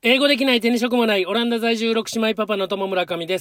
英語できない手に職もないオランダ在住6姉妹パパの友村上です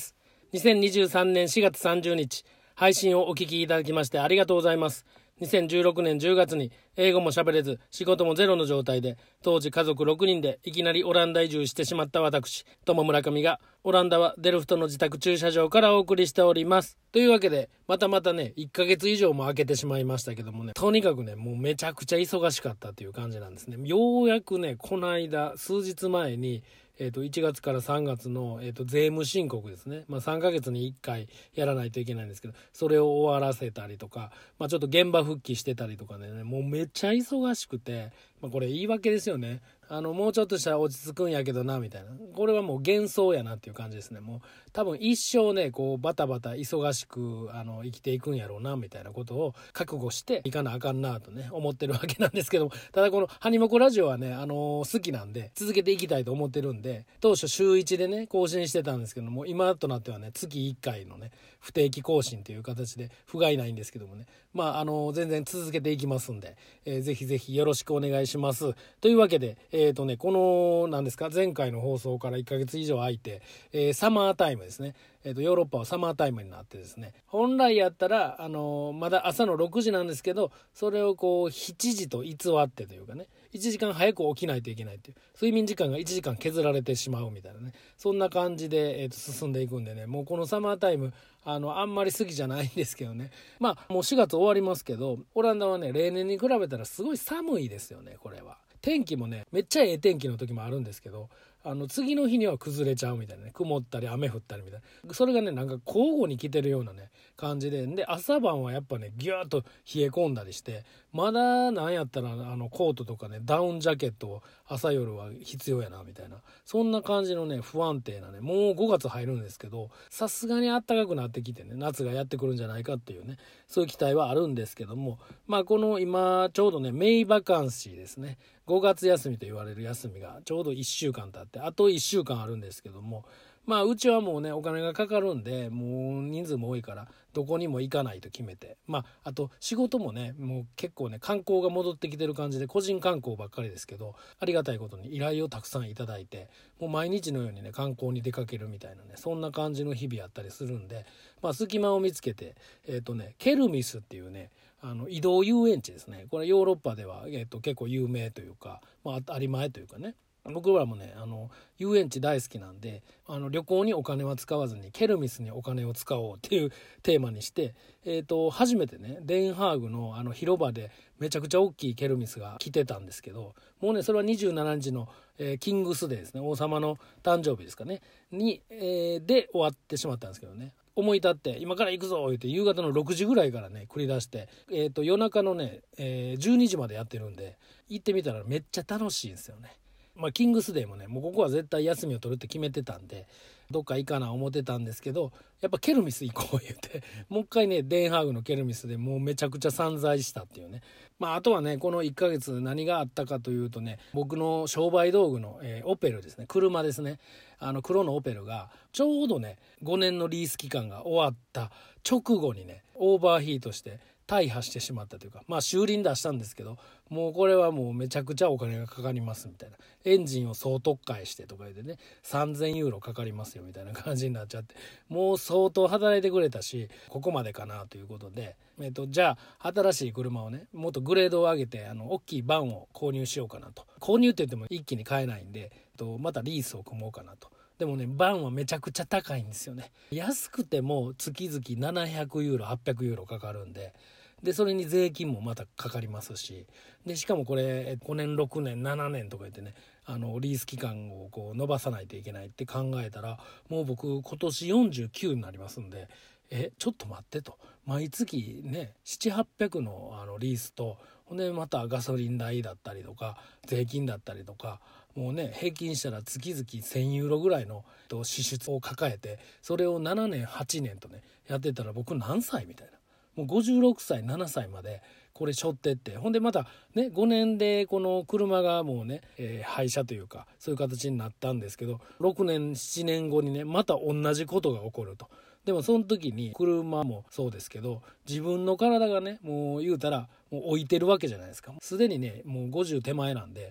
。2023年4月30日配信をお聞きいただきましてありがとうございます。2016年10月に英語も喋れず仕事もゼロの状態で、当時家族6人でいきなりオランダ移住してしまった私友村上が、オランダはデルフトの自宅駐車場からお送りしております。というわけでまたね1ヶ月以上も空けてしまいましたけどもね、とにかくねもうめちゃくちゃ忙しかったという感じなんですね。ようやくねこの間数日前に1月から3月の、税務申告ですね、3ヶ月に1回やらないといけないんですけど、それを終わらせたりとか、ちょっと現場復帰してたりとかね、もうめっちゃ忙しくて、これ言い訳ですよね。もうちょっとしたら落ち着くんやけどなみたいな、これはもう幻想やなっていう感じですね。もう多分一生ねこうバタバタ忙しく生きていくんやろうなみたいなことを覚悟していかなあかんなとね思ってるわけなんですけども、ただこのハニモコラジオはね好きなんで続けていきたいと思ってるんで、当初週1でね更新してたんですけども、今となってはね月1回のね不定期更新という形で不甲斐ないんですけどもね、全然続けていきますんで、ぜひぜひよろしくお願いします。というわけでこの何ですか、前回の放送から1ヶ月以上空いて、サマータイムですね、ヨーロッパはサマータイムになってですね、本来やったらまだ朝の6時なんですけど、それをこう7時と偽ってというかね、1時間早く起きないといけないという睡眠時間が1時間削られてしまうみたいなね、そんな感じで、進んでいくんでね、もうこのサマータイムあんまり好きじゃないんですけどね、もう4月終わりますけど、オランダはね例年に比べたらすごい寒いですよね。これは天気もねめっちゃええ天気の時もあるんですけど、次の日には崩れちゃうみたいなね、曇ったり雨降ったりみたいな、それがねなんか交互に来てるようなね感じで、朝晩はやっぱねギューッと冷え込んだりして、まだなんやったらコートとかねダウンジャケットを朝夜は必要やなみたいな、そんな感じのね不安定なね、もう5月入るんですけど、さすがに暖かくなってきてね夏がやってくるんじゃないかっていうね、そういう期待はあるんですけども、この今ちょうどねメイバカンシーですね、5月休みと言われる休みがちょうど1週間経って、あと1週間あるんですけども、うちはもうねお金がかかるんで、もう人数も多いからどこにも行かないと決めて、あと仕事もねもう結構ね観光が戻ってきてる感じで、個人観光ばっかりですけど、ありがたいことに依頼をたくさんいただいて、もう毎日のようにね観光に出かけるみたいなね、そんな感じの日々やったりするんで、隙間を見つけてケルミスっていうね移動遊園地ですね。これヨーロッパでは、結構有名というか、当たり前というかね、僕らもね遊園地大好きなんで、旅行にお金は使わずにケルミスにお金を使おうっていうテーマにして、初めてねデンハーグの広場でめちゃくちゃ大きいケルミスが来てたんですけど、もうねそれは27日の、キングスデーですね、王様の誕生日ですかねに、で終わってしまったんですけどね、思い立って今から行くぞ言って夕方の6時ぐらいからね繰り出して、夜中のね、12時までやってるんで、行ってみたらめっちゃ楽しいんですよね。キングスデーもねもうここは絶対休みを取るって決めてたんで、どっか行かな思ってたんですけど、やっぱケルミス行こう言ってもう一回ねデンハーグのケルミスでもうめちゃくちゃ散財したっていうね。あとはねこの1ヶ月何があったかというとね、僕の商売道具の、オペルですね、車ですね、黒のオペルがちょうどね5年のリース期間が終わった直後にねオーバーヒートして大破してしまったというか、修理に出したんですけど、もうこれはもうめちゃくちゃお金がかかりますみたいな、エンジンを総特化してとか言ってね3000ユーロかかりますよみたいな感じになっちゃって、もう相当働いてくれたしここまでかなということで、じゃあ新しい車をねもっとグレードを上げて大きいバンを購入しようかなと。購入って言っても一気に買えないんで、またリースを組もうかなと。でもねバンはめちゃくちゃ高いんですよね。安くても月々700ユーロ800ユーロかかるんで、それに税金もまたかかりますし、でしかもこれ5年6年7年とか言ってねリース期間をこう伸ばさないといけないって考えたら、もう僕今年49になりますんで、ちょっと待ってと、毎月ね700800のリースと、ほんでまたガソリン代だったりとか税金だったりとか、もうね平均したら月々1000ユーロぐらいの支出を抱えて、それを7年8年とねやってたら僕何歳みたいな、もう56歳7歳までこれ背負ってって、ほんでまたね5年でこの車がもうね、廃車というかそういう形になったんですけど、6年7年後にねまた同じことが起こると。でもその時に車もそうですけど、自分の体がねもう言うたらもう置いてるわけじゃないですか。すでにねもう50手前なんで、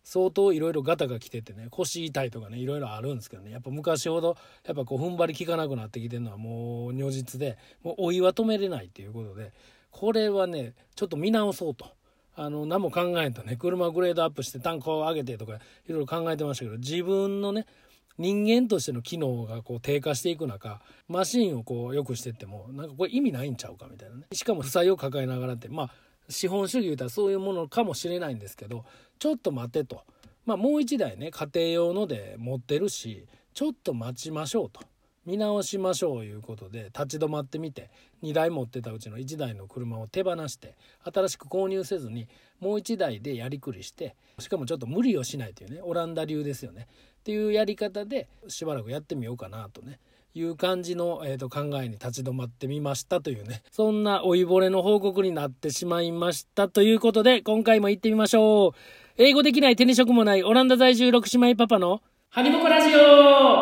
相当いろいろガタが来ててね、腰痛いとかねいろいろあるんですけどね、やっぱ昔ほどやっぱこう踏ん張り効かなくなってきてるのはもう如実で、もうお湯は止めれないっていうことで、これはねちょっと見直そうと。何も考えんとね、車グレードアップしてタンクを上げてとかいろいろ考えてましたけど、自分のね人間としての機能がこう低下していく中、マシンをこう良くしてってもなんかこれ意味ないんちゃうかみたいなね。しかも負債を抱えながらって、まあ資本主義言うたらそういうものかもしれないんですけど、ちょっと待てと、もう一台ね家庭用ので持ってるし、ちょっと待ちましょうと、見直しましょういうことで立ち止まってみて、2台持ってたうちの1台の車を手放して新しく購入せずにもう1台でやりくりして、しかもちょっと無理をしないというね、オランダ流ですよねっていうやり方でしばらくやってみようかなとねいう感じの、考えに立ち止まってみましたというね、そんな老いぼれの報告になってしまいましたということで、今回も行ってみましょう。英語できない手に職もないオランダ在住6姉妹パパのハニボコラジオ。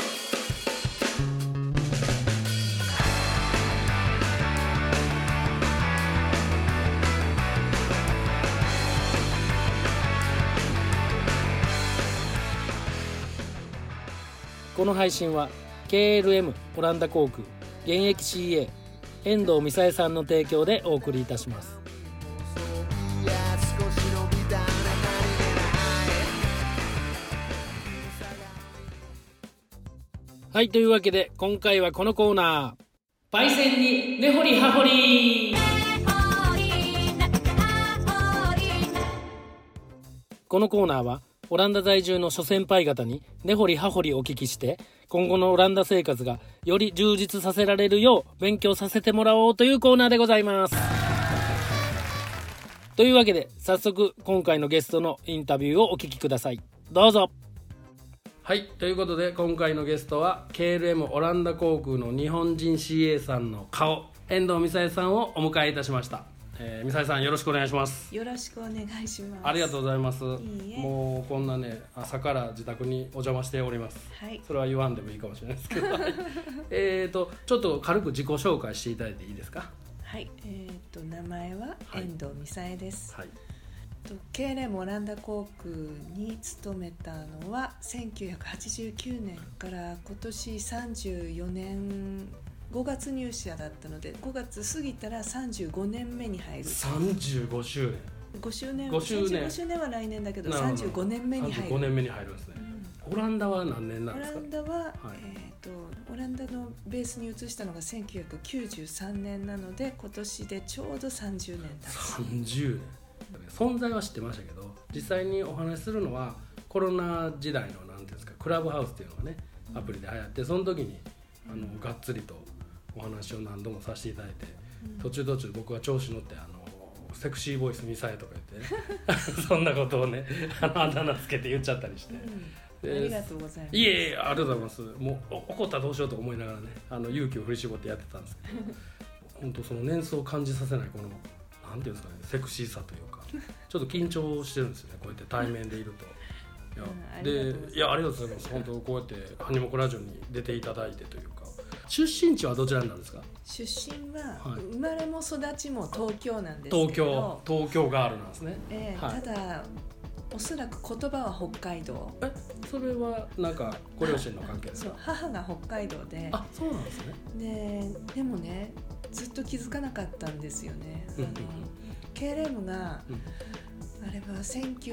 この配信は KLM オランダ航空現役 CA 遠藤美沙恵さんの提供でお送りいたします。はい、というわけで今回はこのコーナー、焙煎に根掘り葉掘り。このコーナーはオランダ在住の諸先輩方に根掘り葉掘りお聞きして、今後のオランダ生活がより充実させられるよう勉強させてもらおうというコーナーでございます。というわけで早速今回のゲストのインタビューをお聞きください。どうぞ。はい、ということで今回のゲストは KLM オランダ航空の日本人 CA さんの顔、遠藤美沙恵さんをお迎えいたしました。美沙恵さんよろしくお願いします。 よろしくお願いします。 ありがとうございます。 いいえ。 もうこんなね朝から自宅にお邪魔しております、 はい、 それは言わんでもいいかもしれないですけどちょっと軽く自己紹介していただいていいですか。 はい、名前は遠藤美沙恵です、はい、KLM オランダ航空に勤めたのは1989年から今年34年5月入社だったので、5月過ぎたら35年目に入る。 35周年 5周年は来年だけど35年目に入る。 35年目に入るんですね、オランダは何年なんですか。 オランダは、オランダのベースに移したのが1993年なので、今年でちょうど30年経つ。 30年、存在は知ってましたけど、実際にお話しするのはコロナ時代のなんていうんですか、クラブハウスっていうのがねアプリで流行って、その時にがっつりとお話を何度もさせていただいて、途中僕は調子乗ってセクシーボイスミサイとか言ってそんなことをねあだ名つけて言っちゃったりして、 ありがとうございます。 いえいえ、ありがとうございます。もう怒ったらどうしようと思いながらね勇気を振り絞ってやってたんですけど本当その年数を感じさせないこのなんていうんですかね、セクシーさというかちょっと緊張してるんですよね、こうやって対面でいると。ありがとうございます。本当こうやってハニモコラジオに出ていただいてというか。出身地はどちらなんですか。 出身は、生まれも育ちも東京なんですけど、 東京ガールなんですね、 ただおそらく言葉は北海道。 それはなんかご両親の関係ですか。 そう、母が北海道で。 あ、そうなんですね。 でもねずっと気づかなかったんですよね。KLM が、あれは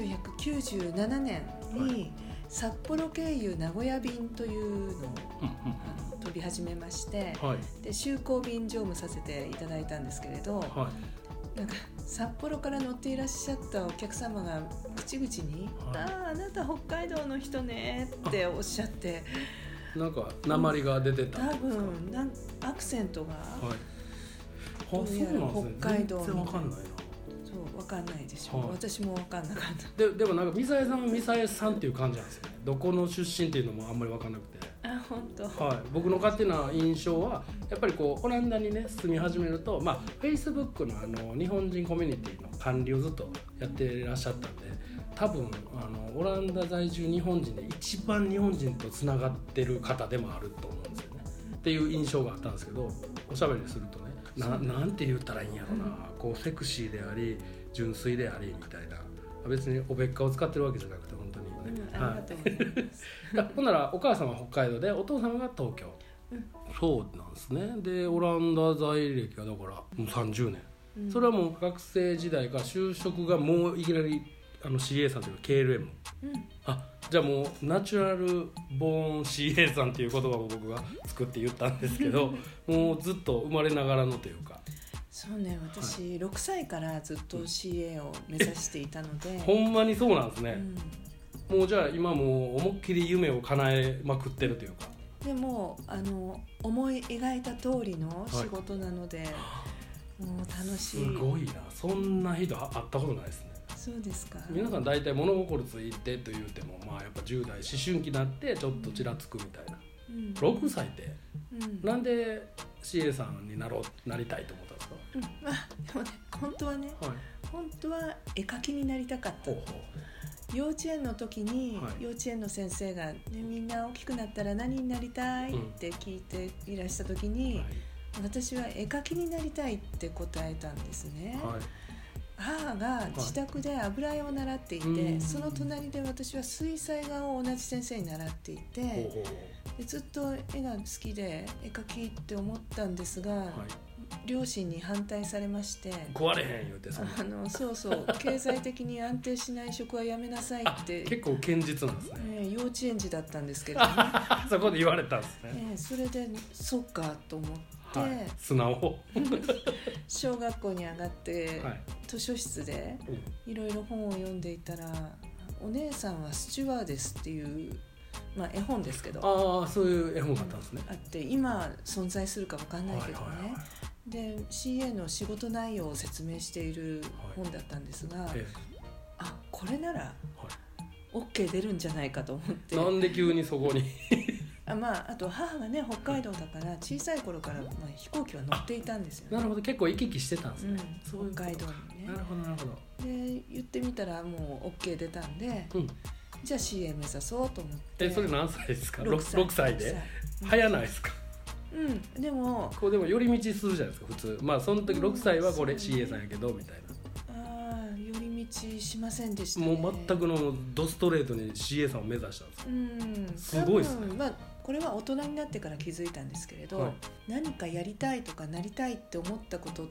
1997年に札幌経由名古屋便というのを飛び始めまして、で就航便乗務させていただいたんですけれど、なんか札幌から乗っていらっしゃったお客様が口々に、あなた北海道の人ねっておっしゃって、 なんか訛りが出てたんですか。 多分アクセントが、 どうやら北海道の、 全然わかんないな。 そうわかんないでしょ、私もわかんなかった。 でもなんかミサエさんはミサエさんっていう感じなんですよね。どこの出身っていうのもあんまりわかんなくて。 本当。 僕の勝手な印象はやっぱりこうオランダにね住み始めると、Facebook の日本人コミュニティの管理をずっとやっていらっしゃったんで、多分オランダ在住日本人で一番日本人とつながってる方でもあると思うんですよねっていう印象があったんですけど、おしゃべりするとね、なんて言ったらいいんやろな、こうセクシーであり純粋でありみたいな別におべっかを使ってるわけじゃなくて本当にね、 ありがとうございます、 ほんならお母様は北海道でお父様が東京、そうなんですね。でオランダ在歴がだからもう30年、それはもう学生時代から就職がもういきなりCA さんというか KLM、じゃあもうナチュラルボーン CA さんっていう言葉を僕が作って言ったんですけどもうずっと生まれながらのというか。 そうね、私、6歳からずっと CA を目指していたのでほんまにそうなんですね、もうじゃあ今もう思いっきり夢を叶えまくってるというか。 でも思い描いた通りの仕事なので、もう楽しい。 すごいな、そんな人会ったことないですね。 そうですか。 皆さん大体物心ついてと言うてもやっぱ10代思春期になってちょっとちらつくみたいな、6歳って、なんで CA さんになりたいと思ったんですか？ でもね、本当は絵描きになりたかった。幼稚園の時に、幼稚園の先生が、みんな大きくなったら何になりたいって聞いていらした時に、私は絵描きになりたいって答えたんですね、母が自宅で油絵を習っていて、その隣で私は水彩画を同じ先生に習っていて、でずっと絵が好きで絵描きって思ったんですが、両親に反対されまして、 食われへん言うてそう経済的に安定しない職はやめなさいって結構堅実なんですね、 幼稚園児だったんですけどねそこで言われたんですね、 それでそっかと思って、 素直小学校に上がって、図書室でいろいろ本を読んでいたら、お姉さんはスチュワーデスっていう絵本ですけど、 そういう絵本があったんですね、 あって今存在するか分かんないけどね、で CA の仕事内容を説明している本だったんですが、これなら OK 出るんじゃないかと思って。 なんで急にそこにあと母がね、北海道だから小さい頃から飛行機は乗っていたんですよね。 なるほど、結構行き来してたんですね、 北海道にね。 なるほどなるほど。 で言ってみたらもう OK 出たんで、じゃあ CA 目指そうと思って。 それ何歳ですか？6 6 歳で早ないですか？ でもこうでも寄り道するじゃないですか普通。その時6歳はこれ CA さんやけどみたいな。 寄り道しませんでしたね。もう全くのドストレートに CA さんを目指したんです。すごいですね。 これは大人になってから気づいたんですけれど、何かやりたいとかなりたいって思ったことって、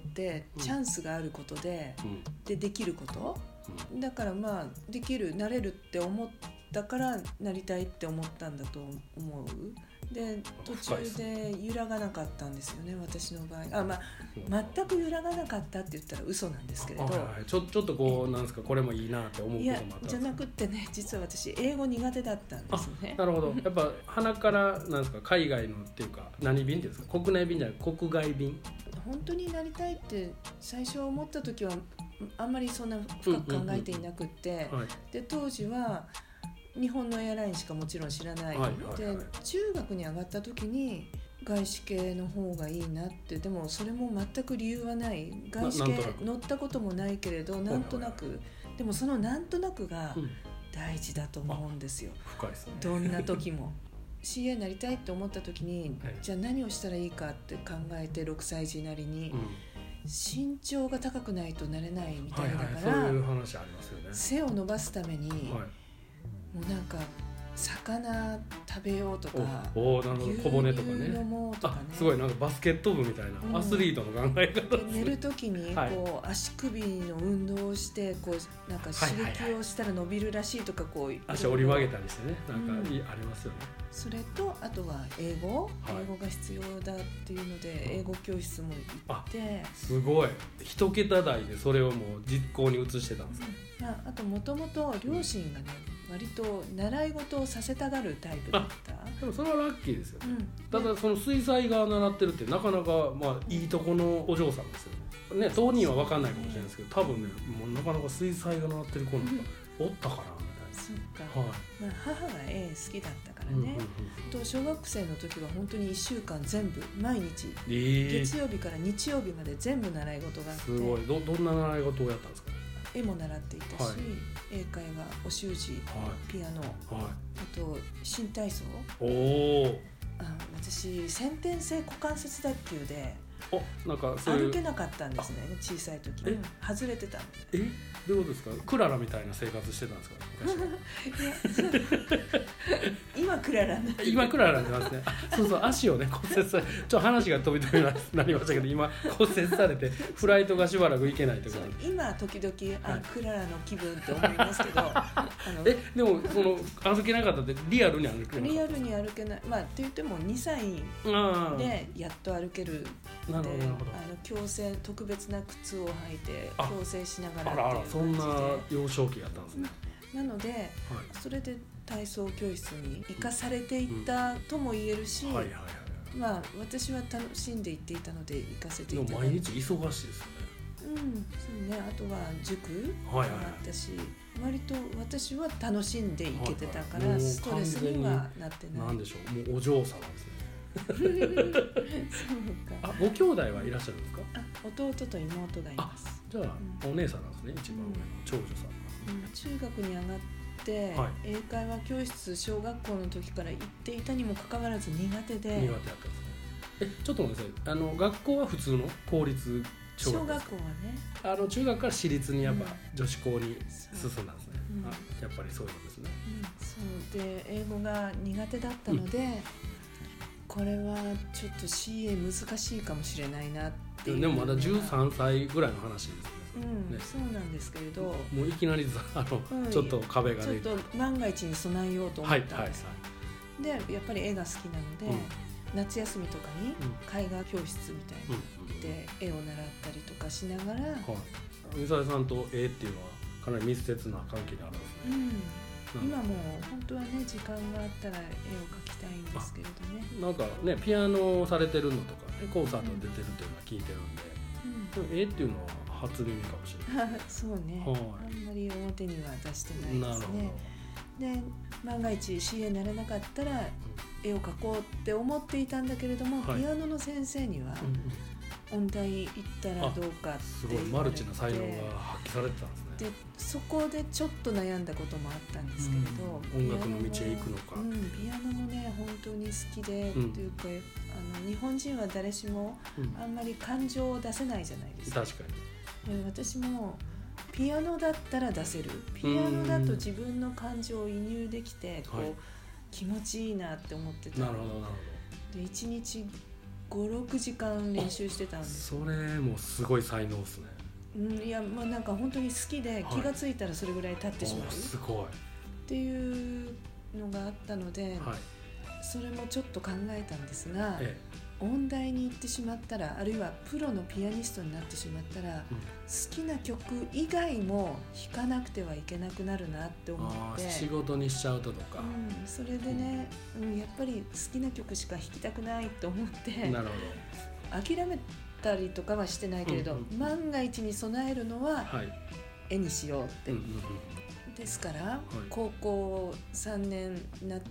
チャンスがあることで、できること、だからできる、なれるって思ったからなりたいって思ったんだと思う。で途中で揺らがなかったんですよね、私の場合。全く揺らがなかったって言ったら嘘なんですけれど、 ちょっとこうなんですか、これもいいなって思うこともあったんですか？ じゃなくってね、実は私英語苦手だったんですね。 なるほど。やっぱ鼻からなんですか、海外のっていうか何便っていうんですか、国内便じゃなく国外便。 本当になりたいって最初思った時はあんまりそんな深く考えていなくって、で当時は日本のエアラインしかもちろん知らない、で中学に上がった時に外資系の方がいいなって。でもそれも全く理由はない。外資系乗ったこともないけれど、なんとなく、でもそのなんとなくが大事だと思うんですよ。 深いですね。 どんな時もCA になりたいって思った時に、じゃあ何をしたらいいかって考えて、6歳児なりに、身長が高くないとなれないみたいだから、 そういう話ありますよね。 背を伸ばすために、もうなんか魚食べようとか、 なるほど、小骨とかね、 飲もうとかね。 すごいなんかバスケット部みたいな、アスリートの考え方ですね。 寝る時にこう、足首の運動をしてこうなんか刺激をしたら伸びるらしいとか、こう足折り曲げたりしてね、なんかありますよね。 それとあとは英語が必要だっていうので、英語教室も行って。 すごい、一桁台でそれをもう実行に移してたんですか？ あともともと両親がね、割と習い事をさせたがるタイプだった。 でもそれはラッキーですよね。ただその水彩画習ってるってなかなかいいとこのお嬢さんですよね。当人は分かんないかもしれないですけど、多分ね、もうなかなか水彩画習ってる子なんかおったかなみたいな。 そっか。母が絵好きだったからね。と小学生の時は本当に1週間全部毎日、月曜日から日曜日まで全部習い事があって。 すごい。どんな習い事をやったんですか？ 絵も習っていたし、英会話、お習字、ピアノ、あと新体操。私先天性股関節脱臼で、 なんかそういう歩けなかったんですね小さい時に外れてたの。 どういうことですか？クララみたいな生活してたんですか今クララになってる。 今クララになってますね。そう足をね骨折されちょっと話が飛びになりましたけど今骨折されてフライトがしばらく行けないということで今時々クララの気分って思いますけどでもその歩けなかったってリアルに歩けなかった？リアルに歩けないって言っても2歳でやっと歩けるので矯正特別な靴を履いて矯正しながらっていう感じで。 そんな幼少期やったんですね。 なので、それで体操教室に行かされていたとも言えるし、私は楽しんで行っていたので行かせていただいて。 毎日忙しいですよね。 そうね。あとは塾もあったし、割と私は楽しんで行けてたからストレスにはなってない。 なんでしょう、もうお嬢様ですね。 そうか。 ご兄弟はいらっしゃるんですか？ 弟と妹がいます。 じゃあお姉さんなんですね、一番上の長女さん。 中学に上がって、英会話教室小学校の時から行っていたにもかかわらず苦手で。苦手だったんですね。ちょっと待ってください。学校は普通の公立小学校はね。中学から私立にやっぱ女子校に進んだんですね。やっぱりそういうことですね。 そうで英語が苦手だったので、これはちょっと CA 難しいかもしれないなっていう。 でもまだ13歳ぐらいの話ですね。 そうなんですけれど、 もういきなりちょっちょっと壁ができて、 ちょっと万が一に備えようと思ったんです。でやっぱり絵が好きなので、夏休みとかに絵画教室みたいに行って絵を習ったりとかしながら。 美沙さんと絵っていうのはかなり密接な関係にあるんですね。 今も本当はね時間があったら絵を描きたいんですけれどね。 なんかねピアノをされてるのとか、コンサート出てるっていうのは聞いてるんで、絵っていうのは初耳かもしれない。 そうね、あんまり表には出してないですね。で万が一 CA になれなかったら絵を描こうって思っていたんだけれども、ピアノの先生には音大行ったらどうかってすごいマルチな才能が発揮されてたんですね。 でそこでちょっと悩んだこともあったんですけれど、 音楽の道へ行くのか。 ピアノもね本当に好きで、というか日本人は誰しもあんまり感情を出せないじゃないですか。 確かに。私もピアノだったら出せる。ピアノだと自分の感情を移入できて気持ちいいなって思ってた。 なるほどなるほど。で1日5、6時間練習してたんです。 それもすごい才能ですね。 いやなんか本当に好きで気がついたらそれぐらい経ってしまう、 すごいっていうのがあったので、それもちょっと考えたんですが、音大に行ってしまったら、あるいはプロのピアニストになってしまったら、好きな曲以外も弾かなくてはいけなくなるなって思って。 仕事にしちゃうとか、 それでね、やっぱり好きな曲しか弾きたくないと思ってなるほど諦めたりとかはしてないけれど、万が一に備えるのは絵にしようって、ですから、高校3年になって、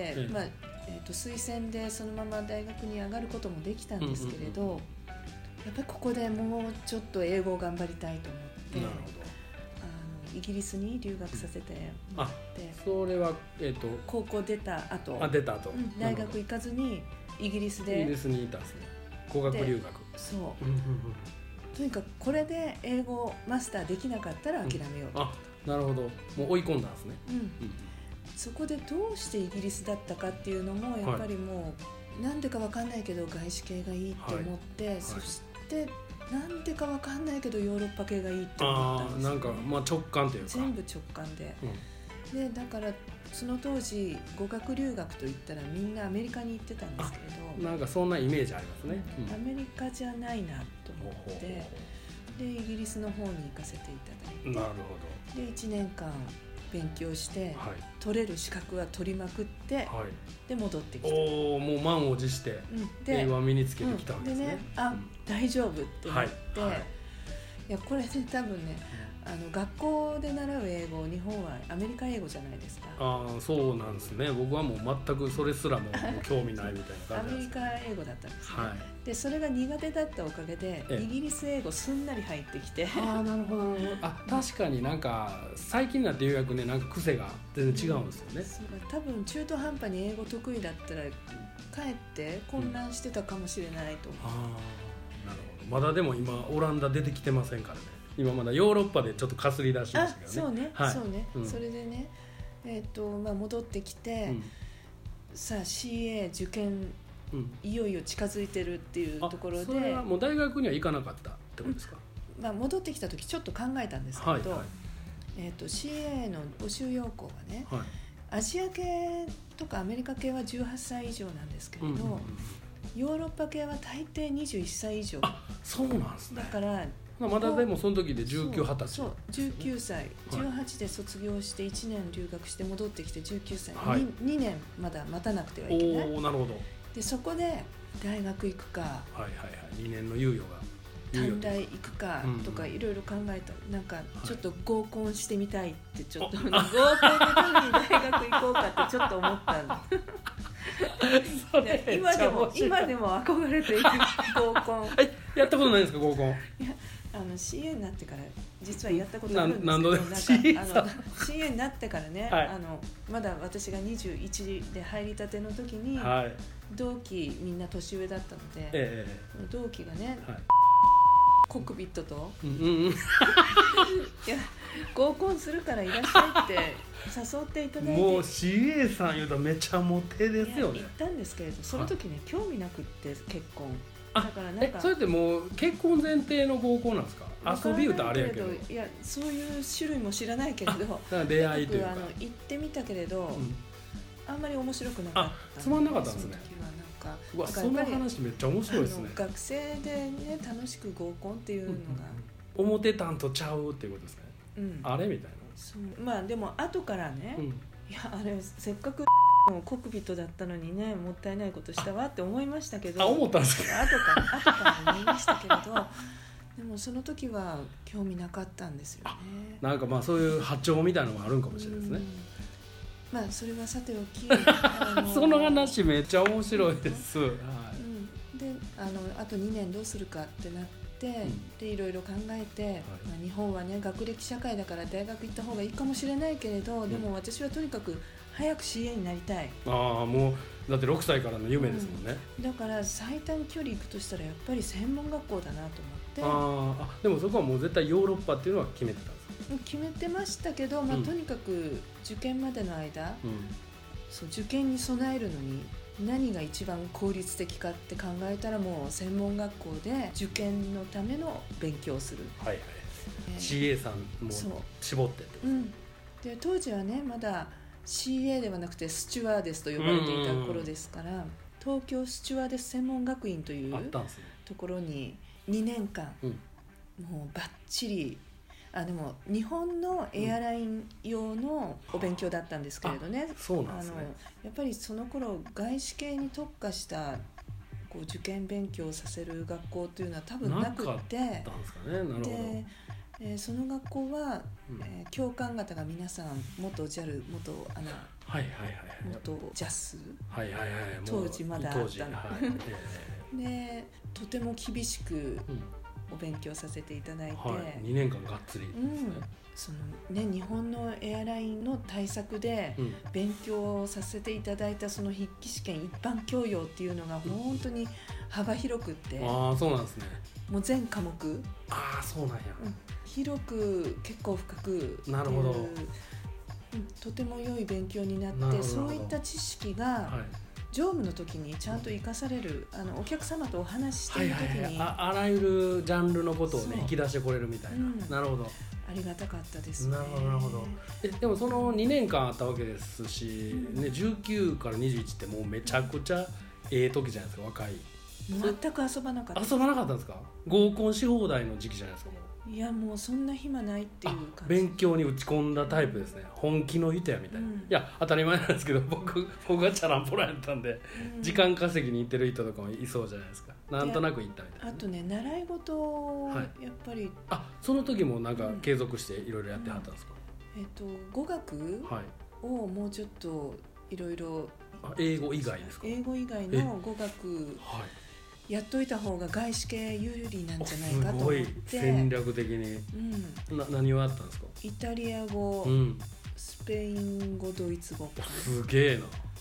推薦でそのまま大学に上がることもできたんですけれど、やっぱりここでもうちょっと英語を頑張りたいと思って、イギリスに留学させてもらって。 それは、 高校出た後、大学行かずにイギリスでイギリスにいたんですね。語学留学。 そうとにかくこれで英語をマスターできなかったら諦めようと。 なるほど、もう追い込んだんですね。 そこでどうしてイギリスだったかっていうのもやっぱりもうなんでかわかんないけど外資系がいいって思って、そしてなんでかわかんないけどヨーロッパ系がいいって思ったんですよね。 なんか直感というか全部直感で、でだからその当時語学留学といったらみんなアメリカに行ってたんですけれど、 なんかそんなイメージありますね。 アメリカじゃないなと思って、でイギリスの方に行かせていただいて、 なるほど。 で1年間勉強して、取れる資格は取りまくって、で戻ってきて、 もう満を持して英語は身につけてきたわけですね。 でね、大丈夫ってなって、いやこれで多分ね、学校で習う英語、日本はアメリカ英語じゃないですか。 そうなんですね。僕はもう全くそれすらも興味ないみたいな感じです。 アメリカ英語だったんですね。でそれが苦手だったおかげでイギリス英語すんなり入ってきて。 なるほど。確かになんか最近になってようやくね、なんか癖が全然違うんですよね。 多分中途半端に英語得意だったらかえって混乱してたかもしれないと思う。 なるまだでも今オランダ出てきてませんからね。今まだヨーロッパでちょっとかすり出しましたけどね。 そうね、 はい、 そうね、 うん、 それでね、戻ってきて、さあ CA 受験、いよいよ近づいてるっていうところで、 それはもう大学には行かなかったってことですか？ 戻ってきた時ちょっと考えたんですけど、 はいはい、 CA の募集要項がね、 はい、 アジア系とかアメリカ系は18歳以上なんですけれど、ヨーロッパ系は大抵21歳以上。 そうなんですね。 だからまだでもその時で19、20歳。 そう、19歳、18で卒業して1年留学して戻ってきて19歳、 はい、 2年まだ待たなくてはいけない。 おー、なるほど。 でそこで大学行くか、 はいはいはい、2年の猶予が短大行くかとかいろいろ考えた、なんかちょっと合コンしてみたいってちょっと、合コンのために大学行こうかってちょっと思ったんで今でも憧れている合コンやったことないんですか合コン？ いやCA になってから実はやったことあるんですけど、 何度で CA になってからね、 はい、 まだ私が21で入りたての時に、 はい、 同期みんな年上だったので、同期がね、はい、コックピットと、いや合コンするからいらっしゃいって誘っていただいて、 もう CA さん言うとめちゃモテですよね。 行ったんですけれど、その時ね、興味なくって結婚だからなんかそれってもう結婚前提の合コンなんですか？遊び歌あれやけど、 いやそういう種類も知らないけれど、だから出会いというか行ってみたけれど、あんまり面白くなかった。 つまんなかったんですね。 その時はなんか、 うわ、その話めっちゃ面白いですね。 学生でね楽しく合コンっていうのが、 思ってたんとちゃうっていうことですね。あれみたいな。 そうでも後からね、いやあれせっかくコックピットだったのにね、もったいないことしたわって思いましたけど、 思ったんですか？ 後から思いましたけれどでもその時は興味なかったんですよね。 なんかまあそういう波長みたいなのがあるんかもしれないですね。 まあそれはさておきその話めっちゃ面白いです、はい、 であと2年どうするかってなって、でいろいろ考えて、日本はね学歴社会だから大学行った方がいいかもしれないけれど、でも私はとにかく早く CA になりたい。 もうだって6歳からの夢ですもんね、 だから最短距離行くとしたらやっぱり専門学校だなと思って。 でもそこはもう絶対ヨーロッパっていうのは決めてたんですか？ 決めてましたけど、とにかく受験までの間、そう受験に備えるのに何が一番効率的かって考えたら、もう専門学校で受験のための勉強をする。 はいはい、CA さんも絞ってってことですね。 で当時はねまだ CA ではなくてスチュワーデスと呼ばれていた頃ですから、東京スチュワーデス専門学院というところに2年間、もうバッチリでも日本のエアライン用のお勉強だったんですけれどね、 そうなんですね。 やっぱりその頃外資系に特化したこう受験勉強をさせる学校というのは多分なくて、でその学校は、教官方が皆さん元 JAL 元元 JAS、当時まだあったので、とても厳しくお勉強させていただいて、 2年間がっつりですね。 日本のエアラインの対策で勉強させていただいたその筆記試験一般教養っていうのが本当に幅広くって、 そうなんですね。もう全科目そうなんや、 広く結構深く、 なるほど、 とても良い勉強になって、そういった知識が、乗務の時にちゃんと生かされる、お客様とお話ししている時に、 あらゆるジャンルのことをね引き出してこれるみたいな、なるほど、 ありがたかったですね。 なるほど。でもその2年間あったわけですし、19から21ってもうめちゃくちゃ時じゃないですか、若い。 全く遊ばなかった。 遊ばなかったんですか？合コンし放題の時期じゃないですか。 いやもうそんな暇ないっていう感じ。 勉強に打ち込んだタイプですね。本気の人やみたいな、いや当たり前なんですけど、僕がチャランポラやったんで、時間稼ぎに行ってる人とかもいそうじゃないですか。なんとなく行ったみたいな、 あとね習い事をやっぱり、 その時もなんか継続していろいろやってはったんですか？ 語学をもうちょっといろいろ、 英語以外ですか？英語以外の語学、やっといた方が外資系有利なんじゃないかと思って、すごい戦略的に、何をやったんですか？ イタリア語、スペイン語、ドイツ語か。 すげえな。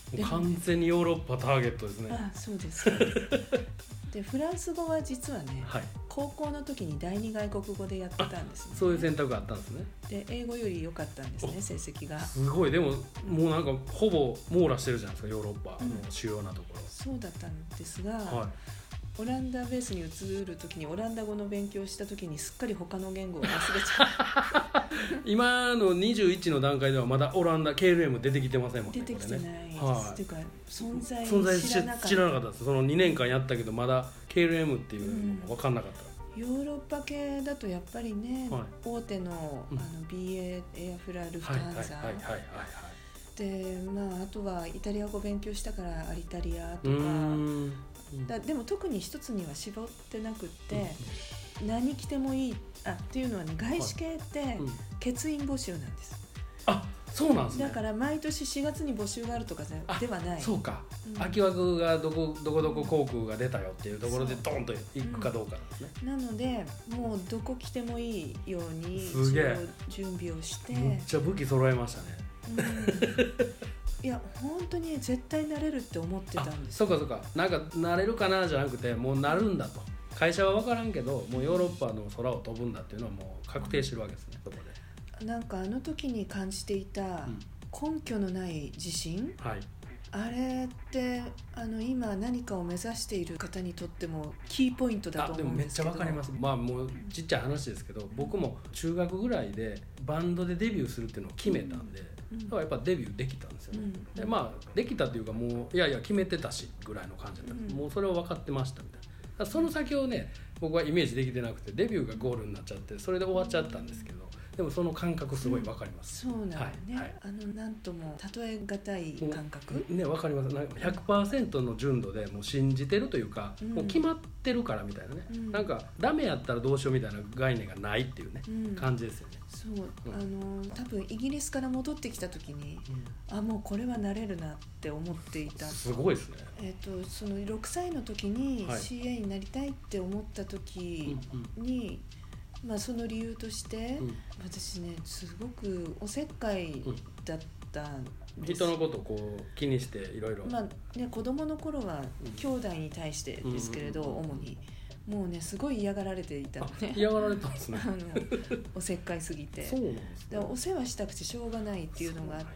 もう完全にヨーロッパターゲットですね。 あ、そうですそうですでフランス語は実はね、 はい、 高校の時に第二外国語でやってたんですね。 そういう選択があったんですね。 で英語より良かったんですね、成績が。 すごい。でももうなんかほぼ網羅してるじゃないですか、ヨーロッパの主要なところ、 そうだったんですが、 はい、 オランダベースに移る時にオランダ語の勉強をした時にすっかり他の言語を忘れちゃう今の21の段階ではまだオランダ KLM 出てきてませんもんね。 出てきてないです、 はい、 っていうか存在知知らなかった。 知らなかったです。その2年間やったけどまだ KLM っていうのも分かんなかった、 ヨーロッパ系だとやっぱりね、 はい、 大手の、BA エアフラルフタンザで、まあ、あとはイタリア語勉強したからアリタリアとかでも特に一つには絞ってなくって、何着てもいいっていうのはね、外資系って欠員募集なんです、 あ、そうなんですね。 だから毎年4月に募集があるとかではない。 そうか、空き枠がどこ航空が出たよっていうところでドンと行くかどうかなんですね、 なのでもうどこ来てもいいように準備をしてめっちゃ武器揃えましたね、 いや本当に絶対なれるって思ってたんです。 そうかそうか、なんかなれるかなじゃなくて、もうなるんだと、会社は分からんけどもうヨーロッパの空を飛ぶんだっていうのはもう確定してるわけですね、そこで。 なんかあの時に感じていた根拠のない自信、 はい、 あれって今何かを目指している方にとってもキーポイントだと思うんですけど。 でもめっちゃわかります。まあもうちっちゃい話ですけど、僕も中学ぐらいでバンドでデビューするっていうのを決めたんで、だからやっぱデビューできたんですよね、でまあできたっていうか、もういやいや決めてたしぐらいの感じだったんです、もうそれを分かってましたみたいな。だからその先をね、僕はイメージできてなくて、デビューがゴールになっちゃってそれで終わっちゃったんですけど、でもその感覚すごい分かります、 そうなんだね、 はい、 なんとも例え難い感覚ね、分かります。なんか 100% の純度でもう信じてるというか、もう決まってるからみたいなね、なんかダメやったらどうしようみたいな概念がないっていうね、感じですよね。 そう、多分イギリスから戻ってきた時に、もうこれはなれるなって思っていた。 すごいですね。 その6歳の時に CA になりたいって思った時に、まあ、その理由として、私ねすごくおせっかいだったんです。 人のことをこう気にしていろいろ、 まあね、子供の頃は兄弟に対してですけれど、主にもうねすごい嫌がられていたのね。 嫌がられたんですねおせっかいすぎて。 そうなんですね。 だからお世話したくてしょうがないっていうのがあって、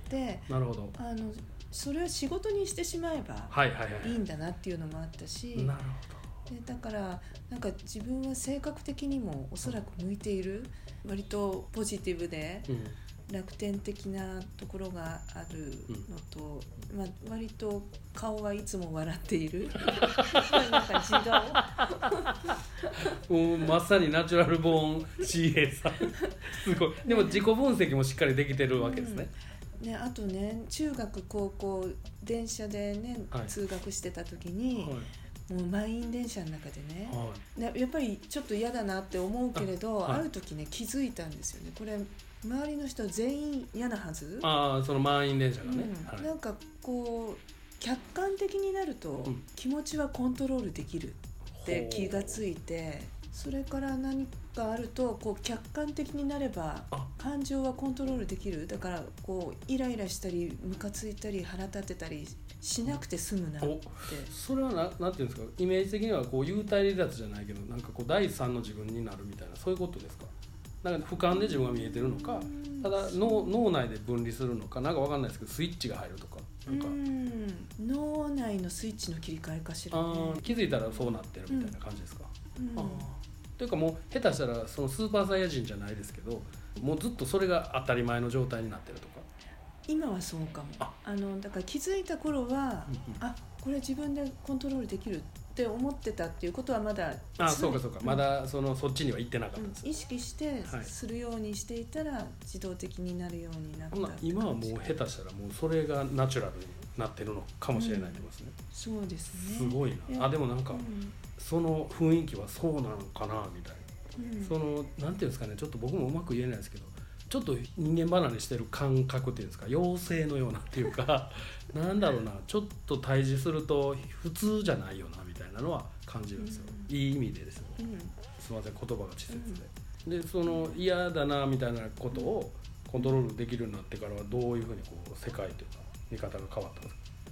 なるほど、 それを仕事にしてしまえばいいんだなっていうのもあったし、 なるほど。 でだからなんか自分は性格的にもおそらく向いている、割とポジティブで楽天的なところがあるのと、まあ、割と顔はいつも笑っているなんか自動もうまさにナチュラルボーン CA さんすごい。でも自己分析もしっかりできてるわけですね、 ね、あとね、中学高校電車でね、通学してた時に、もう満員電車の中でね、やっぱりちょっと嫌だなって思うけれど、ある時ね気づいたんですよね。これ周りの人全員嫌なはず。 その満員電車がね、 なんかこう客観的になると気持ちはコントロールできるって気がついて、それから何かあるとこう客観的になれば感情はコントロールできる。だからこうイライラしたりムカついたり腹立ってたりしなくて済むなって。 それはなんていうんですか、イメージ的にはこう幽体離脱じゃないけど、なんかこう第三の自分になるみたいな、そういうことですか。なんか俯瞰で自分が見えてるのか、ただ脳内で分離するのか、なんか分かんないですけどスイッチが入るとか、なんか脳内のスイッチの切り替えかしらね。 気づいたらそうなってるみたいな感じですか。というかもう下手したらそのスーパーサイヤ人じゃないですけど、もうずっとそれが当たり前の状態になってるとか。 今はそうかも。だから気づいた頃は、これ自分でコントロールできるって思ってたっていうことはまだそうか、まだそっちには行ってなかったです、 意識してするようにしていたら自動的になるようになった。 今はもう下手したらもうそれがナチュラルになってるのかもしれないと思いますね、 そうですね。 すごいな。でもなんか、その雰囲気はそうなのかなみたいな、そのなんていうんですかね、ちょっと僕もうまく言えないですけど、ちょっと人間離れしてる感覚っていうんですか、妖精のようなっていうかなんだろうな、ちょっと対峙すると普通じゃないよなみたいなのは感じるんですよ、いい意味でですよ、すみません言葉が稚拙で、でその嫌だなみたいなことをコントロールできるようになってからはどういうふうにこう世界というか見方が変わったんですか。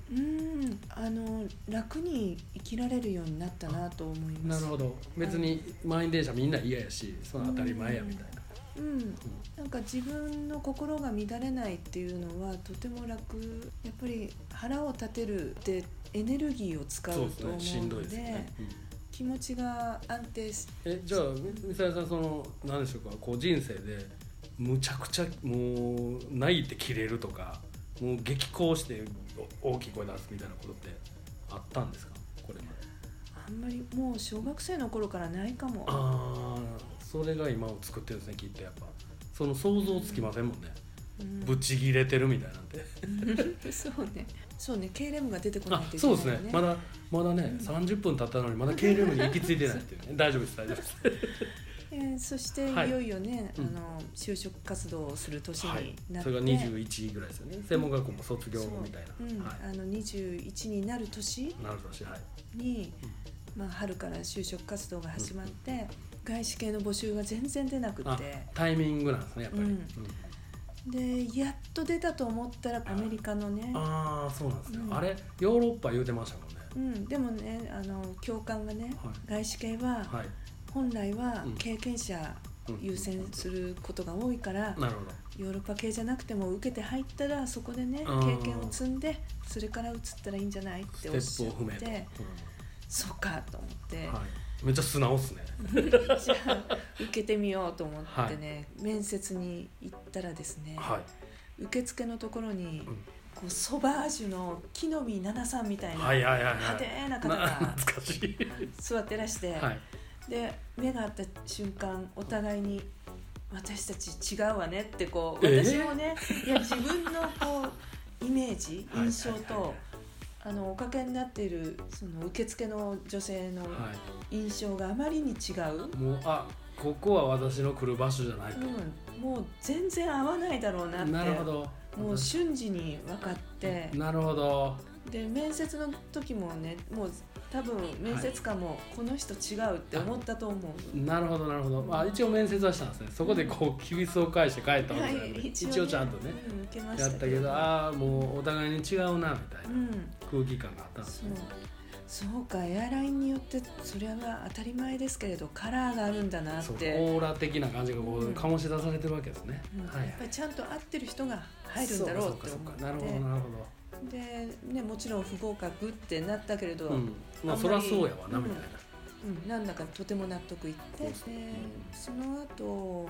楽に生きられるようになったなと思います。 なるほど。別に満員電車みんな嫌やし、その当たり前やみたいな。 なんか自分の心が乱れないっていうのはとても楽。やっぱり腹を立てるってエネルギーを使うと思うので、 しんどいですね。 気持ちが安定しじゃあみさやさん、何でしょうか、こう人生でむちゃくちゃもう泣いてキレるとか、もう激高して大きい声出すみたいなことってあったんですか、これまで。 あんまりもう小学生の頃からないかも。 それが今を作ってるんですね、きっと。やっぱその想像つきませんもんね、ぶち切れてるみたいなんてそうね、ケイレムが出てこないといけない、ね、 そうですね、まだね、30分経ったのにまだケイレムに行き着いてないっていうね大丈夫ですそしていよいよね、就職活動をする年になって、 それが21ぐらいですよね。専門学校も卒業みたいな、 21になる年に、春から就職活動が始まって、外資系の募集が全然出なくて、 タイミングなんですね、やっぱり。 でやっと出たと思ったらアメリカのね、 そうなんですね、あれヨーロッパ言うてましたもんね。 でもね、教官がね、外資系は、本来は経験者優先することが多いから、ヨーロッパ系じゃなくても受けて入ったらそこでね経験を積んで、それから移ったらいいんじゃないっておっしゃって、そうかと思って、 めっちゃ素直っすねじゃあ受けてみようと思ってね、面接に行ったらですね、受付のところに、こうソバージュの木の実奈々さんみたいな派手な方が座ってらして、で目が合った瞬間お互いに私たち違うわねってこう、私もね、いや自分のこうイメージ印象とおかけになっているその受付の女性の印象があまりに違う、 もうここは私の来る場所じゃないと、 もう全然合わないだろうなって、 なるほど、 もう瞬時に分かって、 なるほど。 で面接の時もね、もう多分面接官もこの人違うって思ったと思う。 なるほどなるほど。一応面接はしたんですね。そこでこうきびすを返して帰ったわけじゃない、一応ちゃんとね、やったけど、もうお互いに違うなみたいな空気感があったんですね。 そうか、エアラインによってそれは当たり前ですけれどカラーがあるんだなって、 オーラ的な感じがこう醸し出されてるわけですね。 やっぱりちゃんと合ってる人が入るんだろうって思って、 なるほどなるほど。でね、もちろん不合格ってなったけれど、 そりゃそうやわなみたいな、 なんだかとても納得いって、その後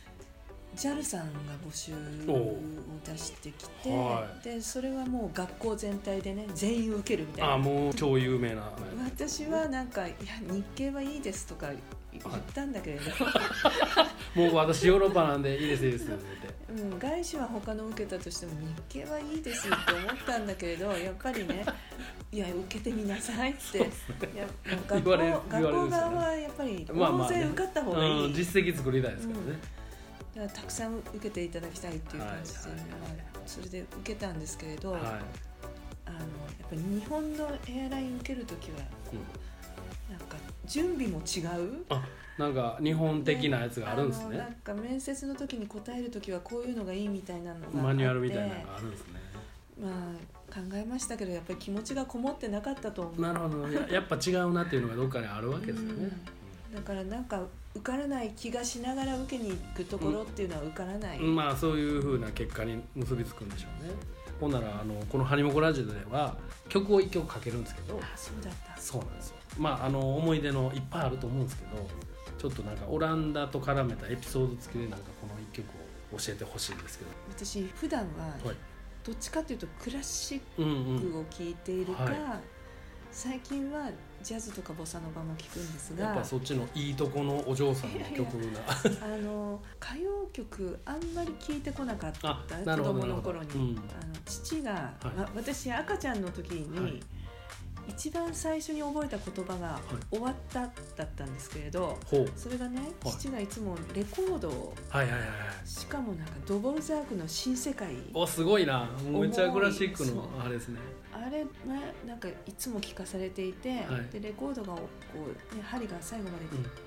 JAL さんが募集を出してきて、でそれはもう学校全体でね全員受けるみたいな。 もう超有名な。 私はなんか、いや日系はいいですとか言ったんだけれど、 もう私ヨーロッパなんでいいですいいですって、 外資は他の受けたとしても日系はいいですって思ったんだけれど、やっぱりね、いや受けてみなさいって、学校側はやっぱり大勢受かった方がいい、 実績作りたいですからね、 だからたくさん受けていただきたいっていう感じで、それで受けたんですけれど、やっぱり日本のエアライン受けるときは、なんか準備も違う、 なんか日本的なやつがあるんですね。 なんか面接の時に答える時はこういうのがいいみたいなのがあって、 マニュアルみたいなのがあるんですね。 考えましたけど、やっぱり気持ちがこもってなかったと思う。 なるほど、やっぱ違うなっていうのがどっかにあるわけですよね。 だからなんか受からない気がしながら受けに行くところっていうのは受からない、 そういう風な結果に結びつくんでしょうね。ほんならこのハニモコラジオでは曲を1曲かけるんですけど、 そうだった。 そうなんですよ。思い出のいっぱいあると思うんですけど、ちょっとなんかオランダと絡めたエピソード付きでなんかこの1曲を教えてほしいんですけど。 私普段はどっちかというとクラシックを聴いているか、最近はジャズとかボサノバも聴くんですが、 やっぱそっちのいいとこのお嬢さんの曲が歌謡曲あんまり聴いてこなかった子供の頃に、父が、私赤ちゃんの時に、一番最初に覚えた言葉が終わっただったんですけれど、それがね、父がいつもレコードを、しかもなんかドボルザークの新世界、 すごいな、めっちゃクラシックのあれですね。 あれなんかいつも聞かされていて、でレコードがこう、針が最後まで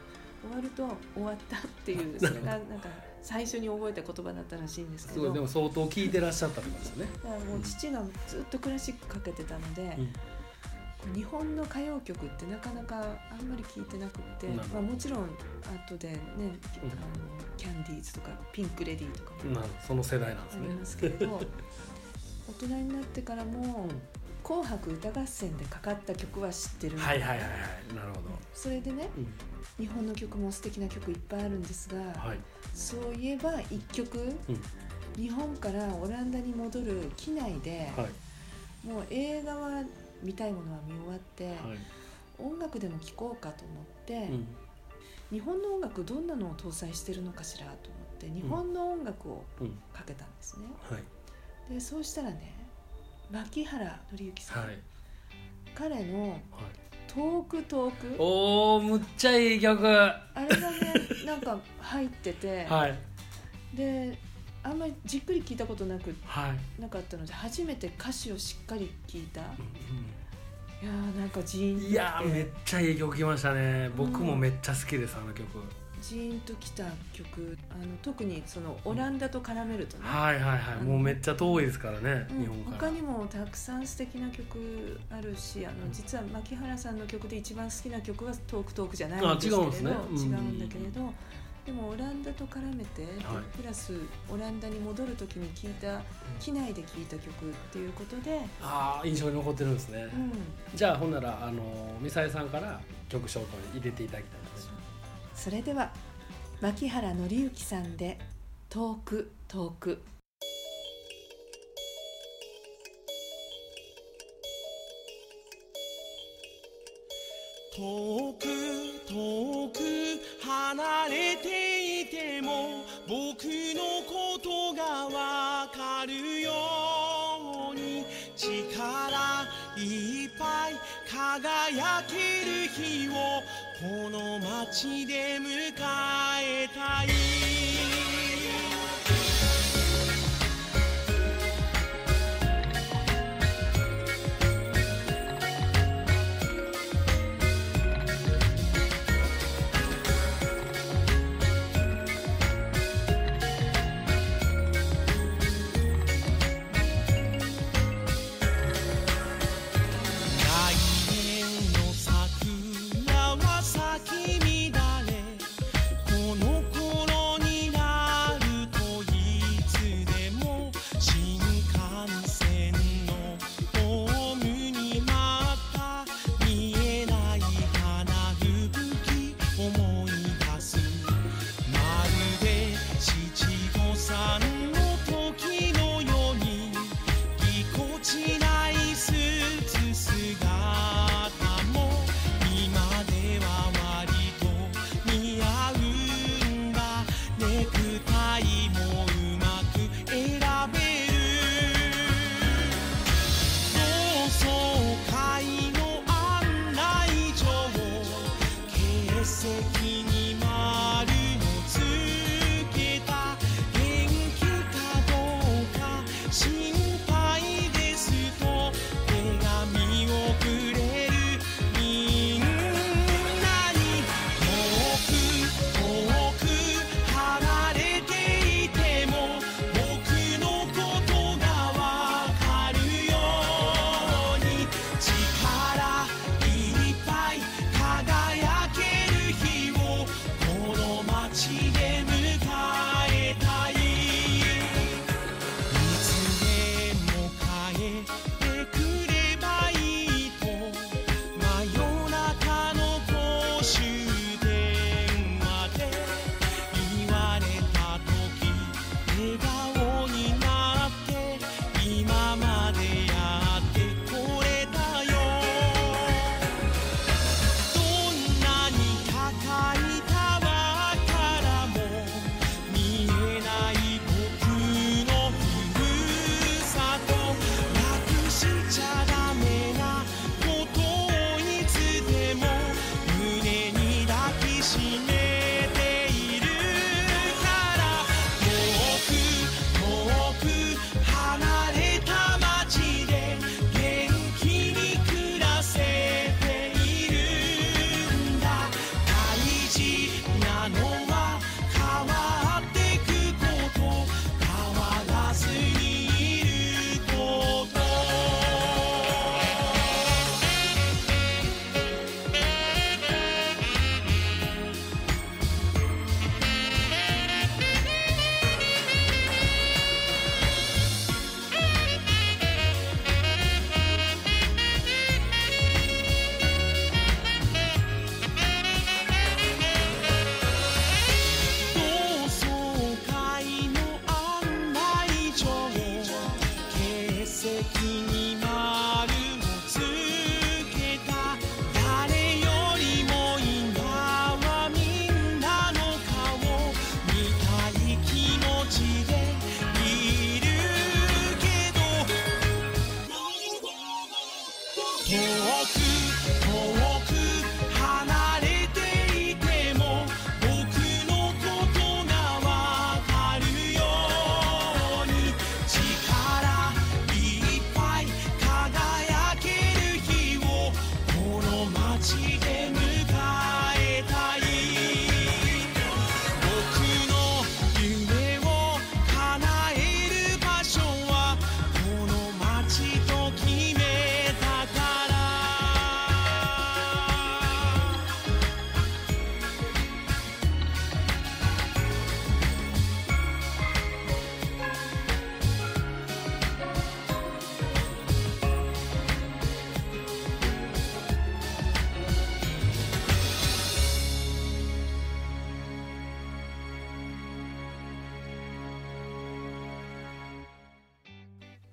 終わると終わったっていうそれがなんか最初に覚えた言葉だったらしいんですけど、 すごいでも相当聞いてらっしゃったってことですよね。 だからもう父がずっとクラシックかけてたので、日本の歌謡曲ってなかなかあんまり聞いてなくって、まあ、もちろん後でね、キャンディーズとかピンク・レディーとかもその世代なんですね。 ありますけど大人になってからも紅白歌合戦でかかった曲は知ってるんで、 はいはいはいはい、なるほど。 それでね、日本の曲も素敵な曲いっぱいあるんですが、 はい、 そういえば一曲、日本からオランダに戻る機内で、はい、もう映画は見たいものは見終わって、はい、音楽でも聴こうかと思って、日本の音楽どんなのを搭載してるのかしらと思って日本の音楽をかけたんですね、はい、でそうしたらね牧原紀之さん、はい、彼の遠く遠く、 おーむっちゃいい曲、 あれがねなんか入ってて、はい、であんまりじっくり聞いたことなかったので初めて歌詞をしっかり聞いた、いやーなんかジーンといやーめっちゃいい曲きましたね。僕もめっちゃ好きです、あの曲。 ジーンときた曲、特にそのオランダと絡めるとね、 はいはいはい、もうめっちゃ遠いですからね、日本から。 他にもたくさん素敵な曲あるし、実は牧原さんの曲で一番好きな曲は遠く遠くじゃないんですけれど、違うんだけれど、でもオランダと絡めて、プラスオランダに戻る時に聴いた、機内で聴いた曲っていうことで、 印象に残ってるんですね、じゃあほんならミサエさんから曲紹介入れていただきたいです。 それでは牧原紀之さんで遠く遠く。 遠く遠く離れていても僕のことがわかるように力いっぱい輝ける日をこの街で迎えたい。この頃にな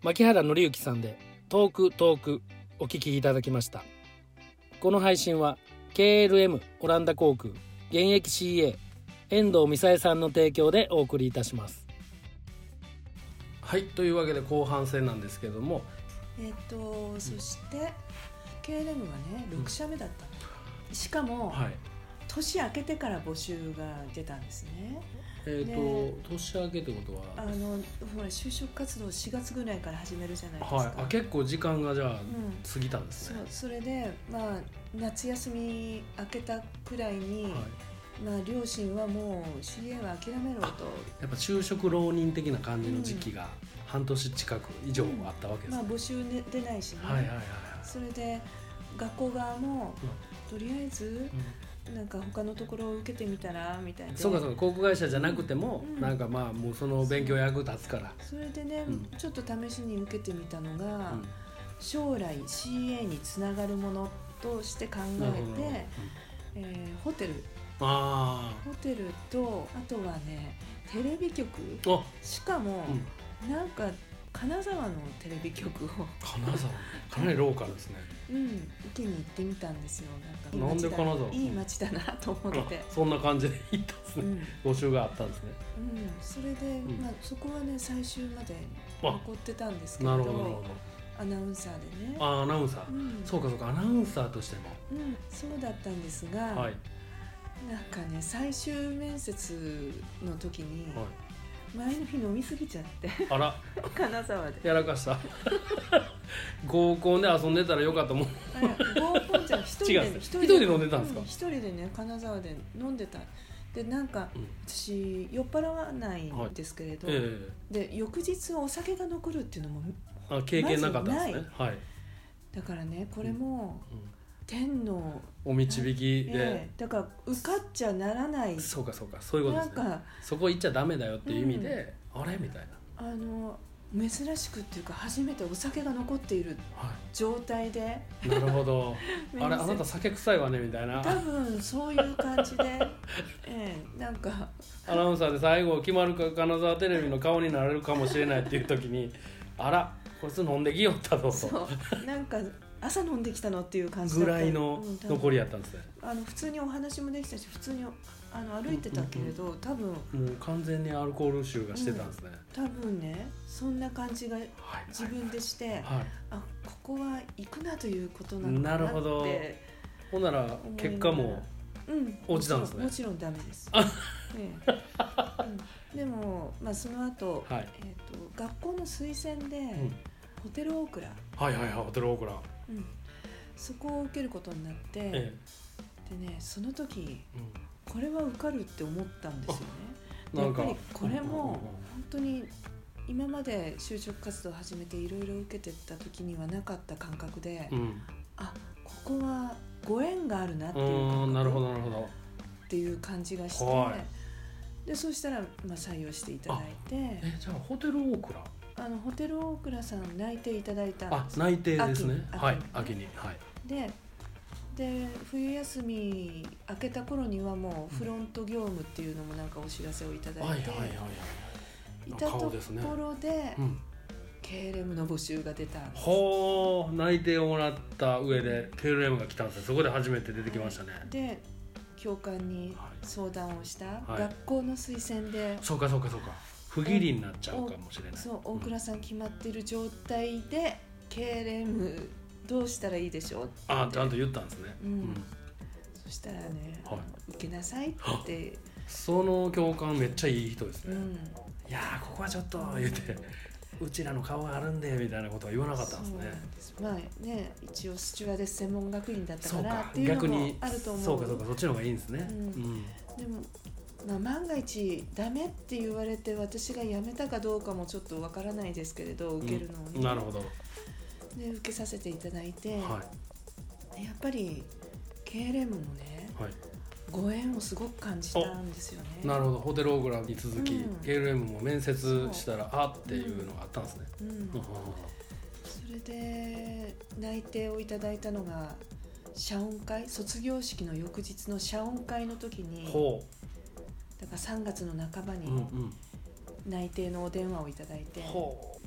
牧原紀之さんでトークお聞きいただきました。この配信は KLM オランダ航空現役 CA 遠藤美沙恵さんの提供でお送りいたします。はい、というわけで後半戦なんですけども、 そして KLM はね6社目だった、しかも、はい、年明けてから募集が出たんですね。 年明けってことはほら就職活動4月ぐらいから始めるじゃないですか、 はい、結構時間がじゃあ、過ぎたんですね。 それで、夏休み明けたくらいに、両親はもう CA は諦めろと、 やっぱ就職浪人的な感じの時期が半年近く以上あったわけですね。 募集出ないしね、それで学校側も、とりあえず、なんか他のところを受けてみたらみたいな。 そうか航空会社じゃなくても、なんかもうその勉強役立つから、 それでね、ちょっと試しに受けてみたのが、将来 CA につながるものとして考えて、ホテルと、あとはねテレビ局、しかも、なんか金沢のテレビ局を金沢かなりローカルですね。 受けに行ってみたんですよ。 なんで金沢いい街だなと思って、 そんな感じで行ったんですね、募集があったんですね。 それで、そこはね最終まで残ってたんですけど、 なるほどアナウンサーでね。 アナウンサー、そうかアナウンサーとしても、 そうだったんですが、なんかね最終面接の時に、前の日飲みすぎちゃって金沢でやらかした合コンで遊んでたらよかったもん。 合コンじゃ一人で飲んでたんですか？ 一人でね金沢で飲んでた。でなんか、私酔っ払わないんですけれど、で翌日お酒が残るっていうのも経験なかったんですね。 だからねこれも、天のお導きで、 だから受かっちゃならない。 そういうことですね。なんかそこ行っちゃダメだよっていう意味で、あれみたいな、 珍しくっていうか初めてお酒が残っている状態で、 なるほどあれあなた酒臭いわねみたいな、 多分そういう感じでなんかアナウンサーで最後決まるか金沢テレビの顔になれるかもしれないっていう時にあらこいつ飲んできよったぞと、 そうなんか朝飲んできたのっていう感じぐらいの残りやったんですね。 普通にお話もできたし普通に歩いてたけれど、多分もう完全にアルコール臭がしてたんですね。 多分ねそんな感じが自分でして、ここは行くなということなのかなって。なるほど。 ほんなら結果も落ちたんですね。 もちろんダメです。でもその後、学校の推薦で、ホテルオークラ、 ホテルオークラ、 そこを受けることになって、でねその時、これは受かるって思ったんですよね。やっぱりこれも本当に今まで就職活動を始めていろいろ受けてた時にはなかった感覚で、ここはご縁があるなっていう感覚っていう感じがして、でそうしたら採用していただいて、 じゃあホテルオークラホテルオークラさん内定いただいたんです。 内定ですね。秋に。 で冬休み明けた頃にはもうフロント業務っていうのもなんかお知らせをいただいていたところで、KLM の募集が出たんです。 内定をもらった上で KLM が来たんですよ。そこで初めて出てきましたね。 で教官に相談をした、学校の推薦で、 そうか不義理になっちゃうかもしれない。 そう大倉さん決まってる状態で KLM どうしたらいいでしょうってちゃんと言ったんですね。 そしたらね、受けなさいって。 その教官めっちゃいい人ですね。いやここはちょっと言ってうちらの顔があるんでみたいなことは言わなかったんですね。一応スチュワーデス専門学院だったからっていうのもあると思う。 そうかそっちの方がいいんですね。 でも万が一ダメって言われて私が辞めたかどうかもちょっとわからないですけれど、受けるのをね。 なるほど。 で受けさせていただいて、やっぱり KLM のね、ご縁をすごく感じたんですよね。 なるほど。ホテルオークラに続き、KLM も面接したらっていうのがあったんですね。それで内定をいただいたのが謝恩会、卒業式の翌日の謝恩会の時に、だから3月の半ばに内定のお電話をいただいて、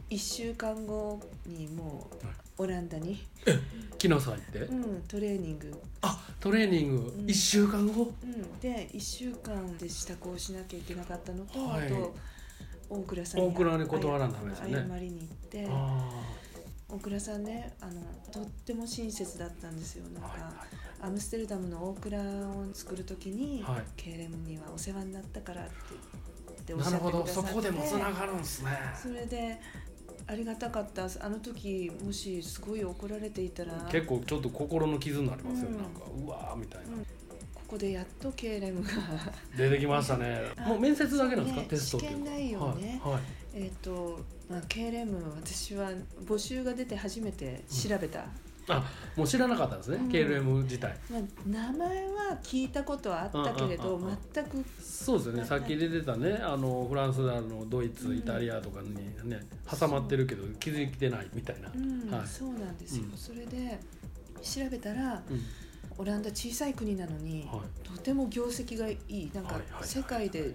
1週間後にもうオランダに来なさいって、 トレーニング、 トレーニング、1週間後、 で1週間で支度をしなきゃいけなかったのと、 はい、 あと大倉さんに断らんダメですよね。 謝りに行って、大倉さんね、とっても親切だったんですよ。なんか、アムステルダムの大倉を作るときに、ケーレムにはお世話になったからっておっしゃってくださって。なるほど、 そこでもつながるんですね。 それでありがたかった。あの時もしすごい怒られていたら結構ちょっと心の傷になりますよ、なんかうわーみたいな、 ここでやっとケーレムが出てきましたね。もう面接だけなんですか、テストっていう試験内容ね、ケーレム、私は募集が出て初めて調べた、 もう知らなかったんですね、KLM 自体。 名前は聞いたことはあったけれど、全くそうですよね。さっき出てたね、フランス、ドイツ、イタリアとかにね挟まってるけど気づいてないみたいな、 そうなんですよ。それで調べたら、オランダ小さい国なのに、とても業績がいい、なんか世界で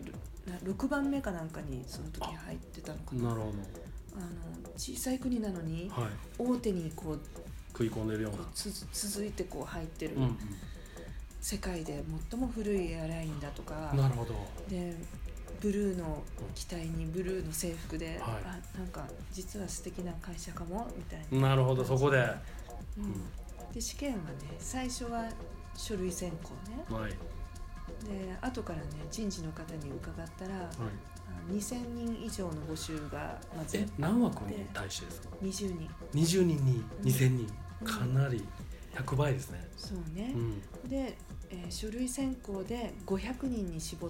6番目かなんかにその時入ってたのかな。 なるほど。 小さい国なのに、大手にこう食い込んでるような続いてこう入ってる、世界で最も古いエアラインだとか。 なるほど。でブルーの機体にブルーの制服で、なんか実は素敵な会社かもみたいな。 なるほど、そこで、 で試験はね、最初は書類選考ね、で後からね人事の方に伺ったら、2000人以上の募集がまず何枠に対してですか ？20人 20人に2000人、かなり100倍ですね。 そうね、で、書類選考で500人に絞って、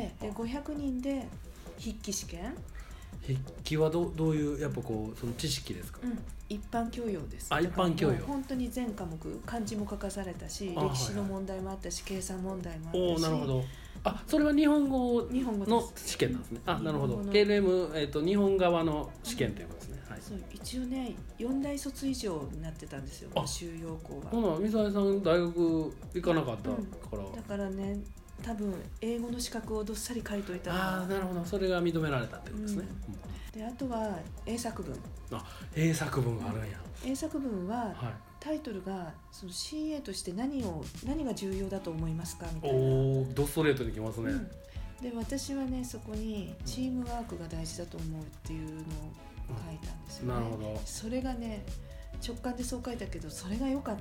で500人で筆記試験。 筆記はどういうやっぱこうその知識ですか？ 一般教養です。 一般教養。 本当に全科目漢字も書かされたし、歴史の問題もあったし、計算問題もあったし。 なるほど。それは日本語の試験なんですね。なるほど。KLM、日本側の試験ということですね。 そう、一応ね4大卒以上になってたんですよ、募集要項は。 水谷さん大学行かなかったから。 だからね、多分英語の資格をどっさり書いといたら。 なるほど。それが認められたってことですね。 であとは英作文。 英作文があるんや。 英作文は、タイトルがその CA として何が重要だと思いますかみたいな。 ドストレートにきますね。 で私はね、そこにチームワークが大事だと思うっていうのを書いたんですよね。 なるほど。 それがね、直感でそう書いたけど、それが良かった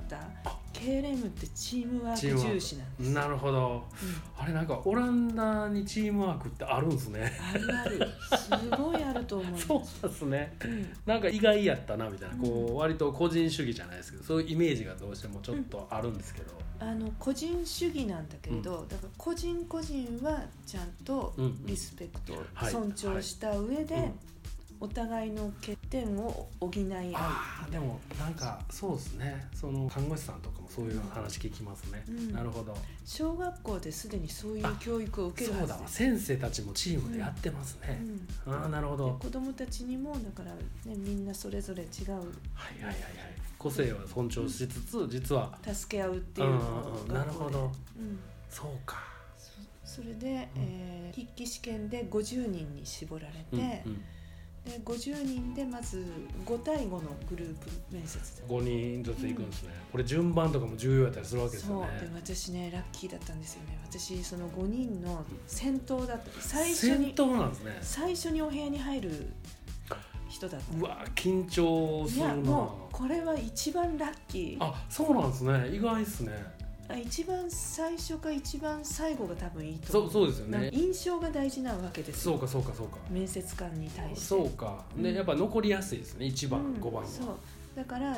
。KLM ってチームワーク重視なんです。 なるほど、あれなんかオランダにチームワークってあるんですね。 あるすごいあると思います。 そうですね、なんか意外やったなみたいな、こう割と個人主義じゃないですけど、そういうイメージがどうしてもちょっとあるんですけど、 個人主義なんだけれど、だから個人個人はちゃんとリスペクト、尊重した上で、お互いの欠点を補い合う。 でもなんかそうですね、その看護師さんとかもそういう話聞きますね。なるほど。 小学校ですでにそういう教育を受けるはずです。 そうだ、先生たちもチームでやってますね。なるほど。 子どもたちにもだから、ね、みんなそれぞれ違う、 個性は尊重しつつ、実は助け合うっていうのが、 なるほど、そうか。 それで、筆記試験で50人に絞られて、で50人でまず5対5のグループ面接で 5人ずつ行くんですね。これ順番とかも重要やったりするわけですよね。 そうで、私ねラッキーだったんですよね。私その5人の先頭だった。先頭なんですね。 最初にお部屋に入る人だった。 うわ、緊張するな。いや、 もうこれは一番ラッキー。 そうなんですね。意外ですね。 一番最初か一番最後が多分いいと思う。 そうですよね。 印象が大事なわけですよ。 そうか。 面接官に対して。 そうか。ね、やっぱ残りやすいですね。1番、5番は。 そう。だから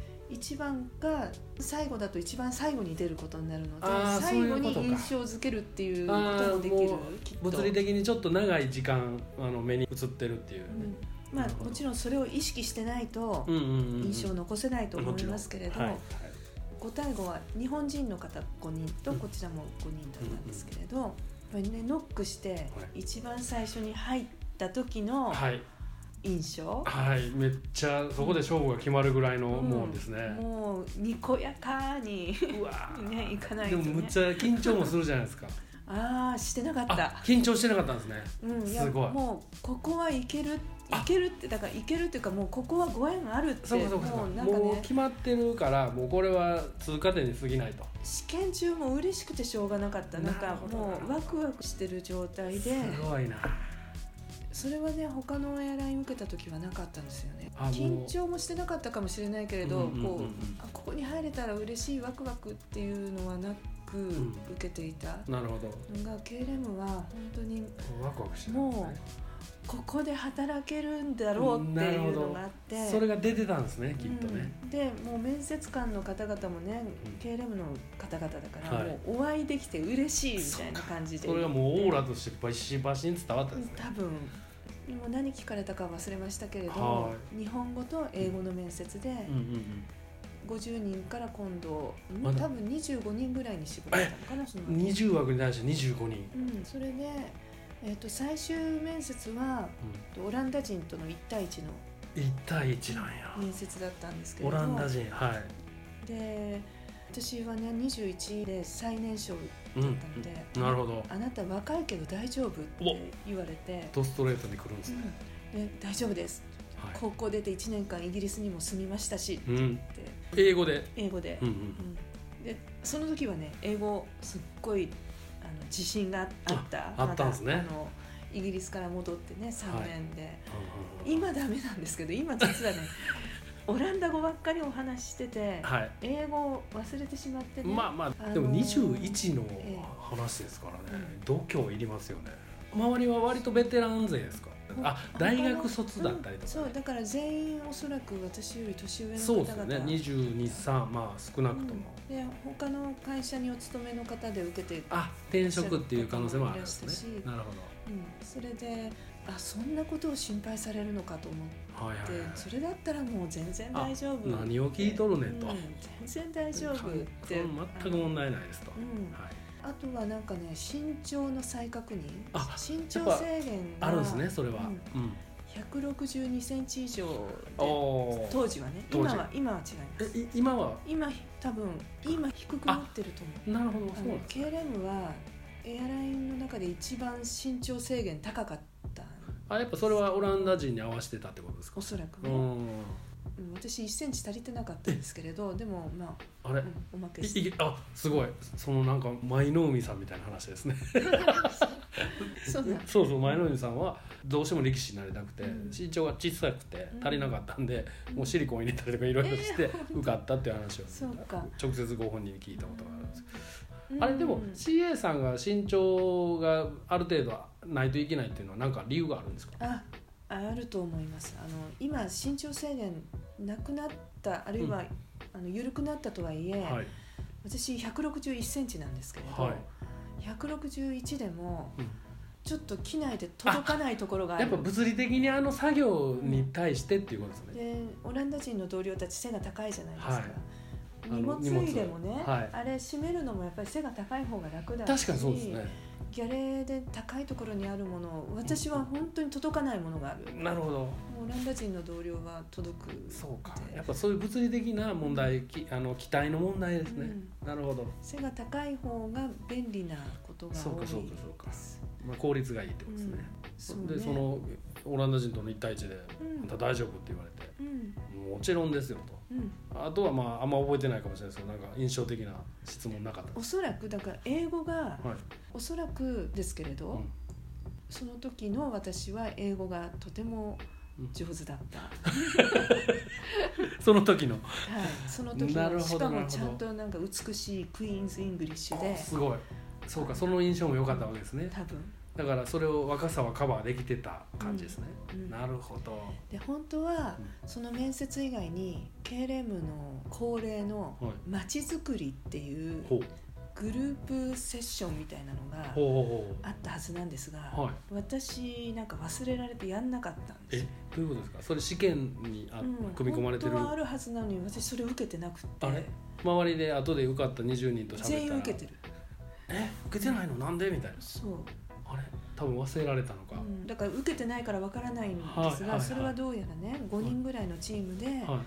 1番が最後だと一番最後に出ることになるので、最後に印象づけるっていうこともできる。 物理的にちょっと長い時間目に映ってるっていうね。 もちろんそれを意識してないと印象を残せないと思いますけれど。5対5は日本人の方5人とこちらも5人だったんですけれど、やっぱりね、ノックして一番最初に入った時の印象、 めっちゃそこで勝負が決まるぐらいのもんですね。 もうにこやかにね、いかないとね。 でもむっちゃ緊張もするじゃないですか。 してなかった。 緊張してなかったんですね。すごい。 もうここはいける、 けるってだからいけるっていうかもうここはご縁あるってそうもうなんかもうね決まってるからもうこれは通過点に過ぎないと。 試験中も嬉しくてしょうがなかった。なんかなるほどもうワクワクしてる状態で、 すごいな。 それはね他のエアライン受けた時はなかったんですよね。 あもう緊張もしてなかったかもしれないけれど、 うんうんうんうんここに入れたら嬉しいワクワクっていうのはなく受けていたなるほど。 のが、KLM は本当にワクワクしてるんですね。 もうここで働けるんだろうっていうのがあって、 それが出てたんですねきっとね、 でもう面接官の方々もね、KLM の方々だから、 はいもうお会いできて嬉しいみたいな感じで、 それがもうオーラとしてバシバシに伝わったんですね。 多分でも何聞かれたか忘れましたけれど、 は日本語と英語の面接で50人から今度、 まだ多分25人ぐらいに絞られたのかな、その 20枠に対して25人、 それで最終面接は、オランダ人との1対1の 1対1なんや。 面接だったんですけれど、 オランダ人、はいで私はね21で最年少だったので、 なるほど。 あなた若いけど大丈夫って言われて、 ドストレートに来るんですね、 で大丈夫です、 はい、 高校出て1年間イギリスにも住みましたしって言って、 英語で、 英語で、でその時はね英語すっごい自信があったんですね。 イギリスから戻ってね3年で、今ダメなんですけど、今実はねオランダ語ばっかりお話ししてて、英語を忘れてしまってね。 でも21の話ですからね、度胸いりますよね。周りは割とベテラン勢ですか？大学卒だったりとか、 そうだから全員おそらく私より年上の方々、 そうですよね、22、3、少なくとも、 で他の会社にお勤めの方で受けて転職っていう可能性もあるんですね。なるほど、 それでそんなことを心配されるのかと思って、それだったらもう全然大丈夫、 何を聞いとるねんと、 全然大丈夫って全く問題ないですと、 あとはなんかね身長の再確認、身長制限があるんですね。それは、 162センチ以上で当時はね、今は違います。今多分今低くなってると思う。 なるほど、そうなんです。 KLM はエアラインの中で一番身長制限高かった。 やっぱそれはオランダ人に合わせてたってことですか？ おそらくね。私1センチ足りてなかったんですけれど、でもあれ、 おまけして、 すごい、そのなんか舞の海さんみたいな話ですね。そう舞の海さんはどうしても力士になれなくて、身長が小さくて足りなかったんで、もうシリコン入れたりとかいろいろして受かったっていう話を直接ご本人に聞いたことがあるんですけど、あれでも CA さんが身長がある程度ないといけないっていうのは何か理由があるんですか？ あると思います。今身長制限なくなった、あるいは、緩くなったとはいえ、私161センチなんですけれど、161でもちょっと機内で届かないところがある。 やっぱ物理的に作業に対してっていうことですね。 でオランダ人の同僚たち背が高いじゃないですか、荷物入れもね、あれ閉めるのもやっぱり背が高い方が楽だし、 確かにそうですね。 ギャレーで高いところにあるものを、私は本当に届かないものがある。 なるほど。 オランダ人の同僚は届く。 そうか、やっぱそういう物理的な問題、機体の問題ですね、なるほど。 背が高い方が便利なことが多いです。 そうか、効率がいいってことですね。でそのオランダ人との1対1で「あんた大丈夫?」って言われて「もちろんですよ」と、あとはあんま覚えてないかもしれないですけど、なんか印象的な質問なかったです。 おそらくだから英語が、おそらくですけれど、その時の私は英語がとても上手だった、 その時の、 その時の、しかもちゃんとなんか美しいクイーンズ・イングリッシュで、 すごい、そうか、その印象も良かったわけですね。 多分だからそれを若さはカバーできてた感じですね、なるほど。 で本当はその面接以外に KLM の恒例のまちづくりっていうグループセッションみたいなのがあったはずなんですが、私なんか忘れられてやんなかったんですよ。 どういうことですか？それ試験に組み込まれてる？ 本当はあるはずなのに私それ受けてなくて。 周りで後で受かった20人と喋ったら全員受けてる。 受けてないのなんでみたいな。 そう、 あれ多分忘れられたのか、 だから受けてないからわからないんですが、それはどうやらね5人ぐらいのチームで、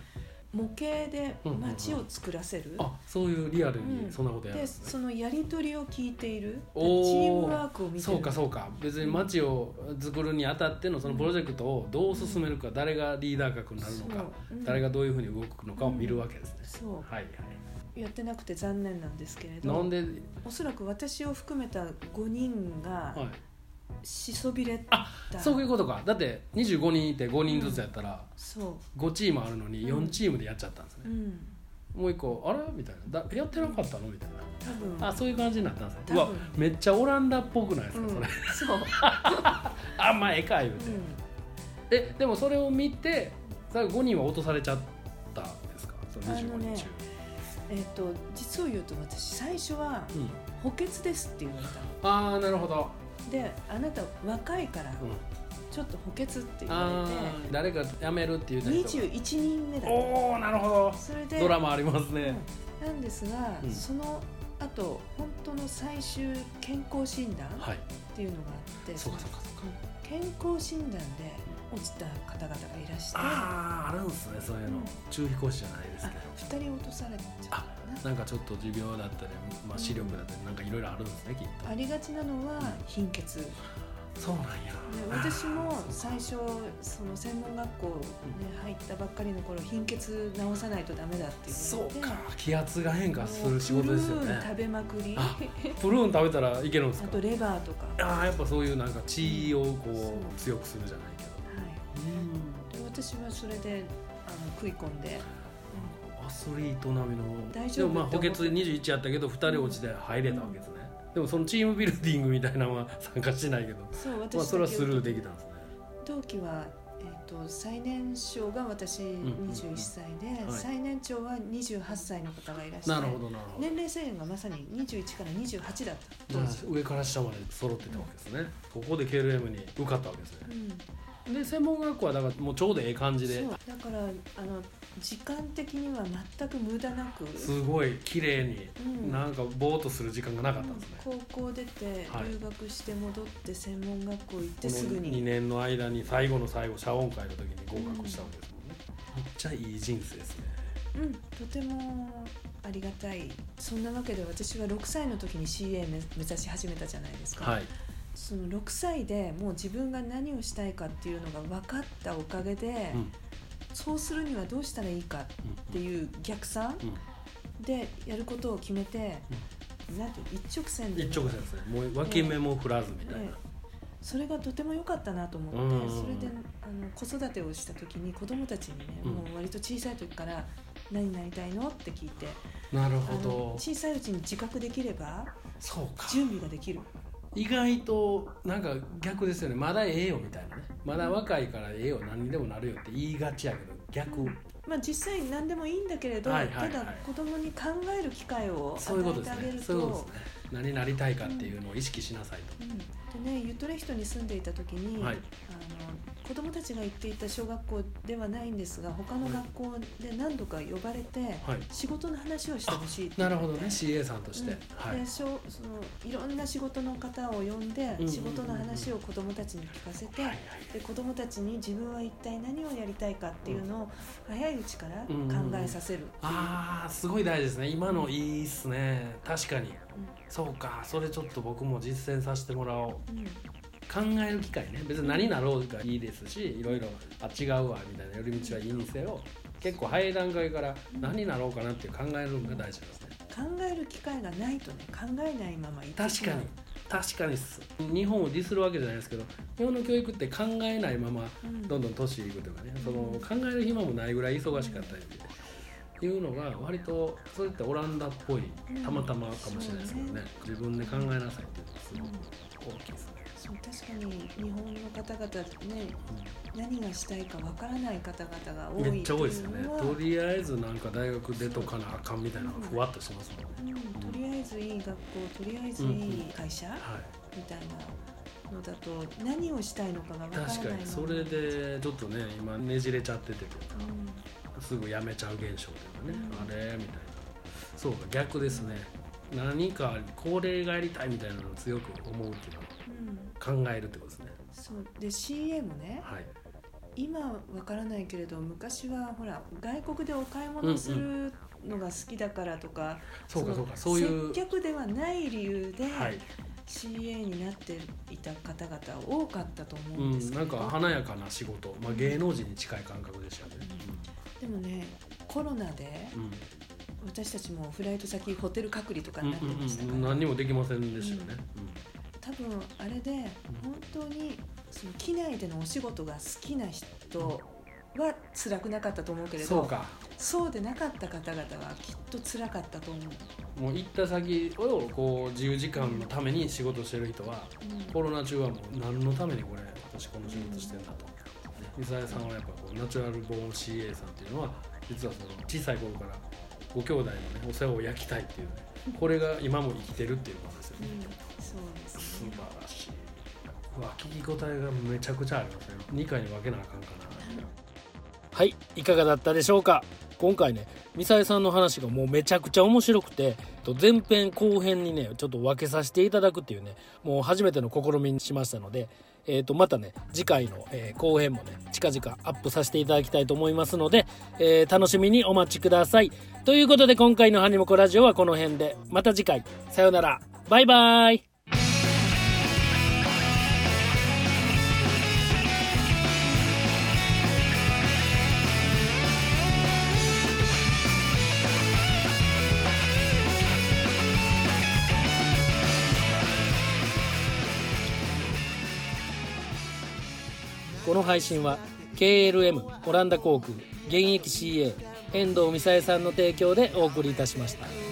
模型で街を作らせる、 あ、そういうリアルにそんなことやるんでですね。 そのやり取りを聞いている、チおーームワークを見てる。 そうかそうか、別に街を作るにあたってのそのプロジェクトをどう進めるか、誰がリーダー格になるのか、 そう、 誰がどういうふうに動くのかを見るわけですね。 そうはいはい。 やってなくて残念なんですけれど、 なんで、 おそらく私を含めた5人がはい、 しそびれあ、 た。 そういうことか。だって25人いて5人ずつやったらそう 5チームあるのに4チームでやっちゃったんですね。もう一個あれみたいな、やってなかったのみたいな。 多分あ、そういう感じになったんですね。 多分うわ、めっちゃオランダっぽくないですか、それ。 そう、 あ、まあええか言うて、でもそれを見て最後5人は落とされちゃったんですか、その25人中。 実を言うと私最初は補欠ですって言われたの。 ああ、なるほど。 で、あなた若いからちょっと補欠って言わあれー、誰か辞めるっていうて21人目だった。 おお、なるほど。 それでドラマありますね。 なんですが、その後本当の最終健康診断はい。 っていうのがあって、 そうかそうかそうか。 健康診断で落ちた方々がいらして、 ああ、あるんですね、そういうの。中飛行士じゃないですけど。 2人落とされちゃったかな。 なんかちょっと持病だったり、まあ、視力だったり、なんかいろいろあるんですね、きっと。 ありがちなのは貧血で、 そうなんや。 私も最初その専門学校ね入ったばっかりの頃、貧血治さないとダメだって言われて、 そうか、気圧が変化する仕事ですよね。 プルーン食べまくり、 あ、プルーン食べたらいけるんですか。 あとレバーとか、 ああ、やっぱそういうなんか血をこう強くするじゃないけど。 はい、で私はそれで食い込んで、 アスリート並みの。 大丈夫でもまあ補欠21やったけど2人落ちて入れたわけですね。でもそのチームビルディングみたいなのは参加してないけど、 そう、私まあそれはスルーできたんですね。 同期は、最年少が私21歳で、 はい最年長は28歳の方がいらっしゃなる。 るほどなるほど。 年齢制限がまさに21から28だったまあ当時。 上から下まで揃ってたわけですね。ここで KLM に受かったわけですね。で専門学校はだからもうちょうどええ感じで、 そうだから時間的には全く無駄なく、 すごい綺麗に、なんかぼーっとする時間がなかったんですね。 高校出てはい留学して戻って専門学校行っこのてすぐに、 2年の間に最後の最後謝恩会の時に合格したわけですもんね。めっちゃいい人生ですね。 とてもありがたい。そんなわけで私は6歳の時に CA 目指し始めたじゃないですか。 はい。 その6歳でもう自分が何をしたいかっていうのが分かったおかげで、そうするにはどうしたらいいかっていう逆算でやることを決めて、なんて一直線で、 一直線ですね。もう脇目も振らずみたいな。 それがとても良かったなと思って、それで子育てをした時に子供たちにね、もう割と小さい時から何になりたいのって聞いて、 なるほど。 小さいうちに自覚できればそうか。 準備ができる。 意外となんか逆ですよね。まだええよみたいなね。まだ若いからええよ、何にでもなるよって言いがちやけど逆。 まあ実際何でもいいんだけれど、 はいはいはい、 ただ子供に考える機会を与そういうことえてあげると、 そういうことですね。何になりたいかっていうのを意識しなさいと。 でね、ユトレヒトに住んでいた時に、 はい、 子供たちが行っていた小学校ではないんですが、他の学校で何度か呼ばれて、 はい、 仕事の話をしてほしいってなるほどね、 CA さんとして、はい、 でそのいろんな仕事の方を呼んで、仕事の話を子供たちに聞かせて、で子供たちに自分は一体何をやりたいかっていうのを早いうちから考えさせるっていう、 ああすごい大事ですね。今のいいっすね。確かに、そうか、それちょっと僕も実践させてもらおう、考える機会ね。別に何になろうがいいですし、いろいろ違うわみたいな寄り道はいいにせよ、結構早い段階から何になろうかなっていう考えるのが大事ですね。 考える機会がないとね、考えないままいってしまう。 確かに日本をディスるわけじゃないですけど、日本の教育って考えないままどんどん年いくというかね、その考える暇もないぐらい忙しかったりっていうのが割とそれってオランダっぽい、たまたまかもしれないですけどね、自分で考えなさいっていうのがすごく大きいですね。 そう、確かに日本の方々ね、何がしたいかわからない方々が多い。 めっちゃ多いですよね。とりあえずなんか大学出とかなあかんみたいなのがふわっとしますもんね。 とりあえずいい学校、とりあえずいい会社、みたいなのだと何をしたいのかがわからないの。 確かにそれでちょっとね今ねじれちゃっててというか、すぐ辞めちゃう現象というかね、あれみたいな。そうか、逆ですね。何かこれがやりたいみたいなのを強く思うっていうのは、考えるってことですね。 そうで CA もね、 今わからないけれど昔はほら外国でお買い物するのが好きだからとか、 そういう接客ではない理由で、 はい、 CA になっていた方々多かったと思うんですけど、 なんか華やかな仕事、芸能人に近い感覚でしたね、 でもねコロナで、私たちもフライト先ホテル隔離とかになってましたから、 何にもできませんでしたよね、 多分あれで本当にその機内でのお仕事が好きな人は辛くなかったと思うけれど、そうでなかった方々はきっと辛かったと思う。 もう行った先をこう自由時間のために仕事してる人は、コロナ中はもう何のために私この仕事してるんだと。ミサエさんはやっぱこうナチュラルボーン CA さんっていうのは実はその小さい頃からご兄弟のねお世話を焼きたいっていうね、これが今も生きてるっていうことですよね、 そうですね、 素晴らしい。聞き応えがめちゃくちゃありますね。2回に分けなあかんかな。はい、いかがだったでしょうか。今回ねミサエさんの話がもうめちゃくちゃ面白くて、前編後編にねちょっと分けさせていただくっていうね、もう初めての試みにしましたので、またね次回の、後編もね近々アップさせていただきたいと思いますので、楽しみにお待ちください。ということで今回のハニモコラジオはこの辺で、また次回さようなら、バイバイ。この配信は KLM オランダ航空現役 CA 遠藤美沙恵さんの提供でお送りいたしました。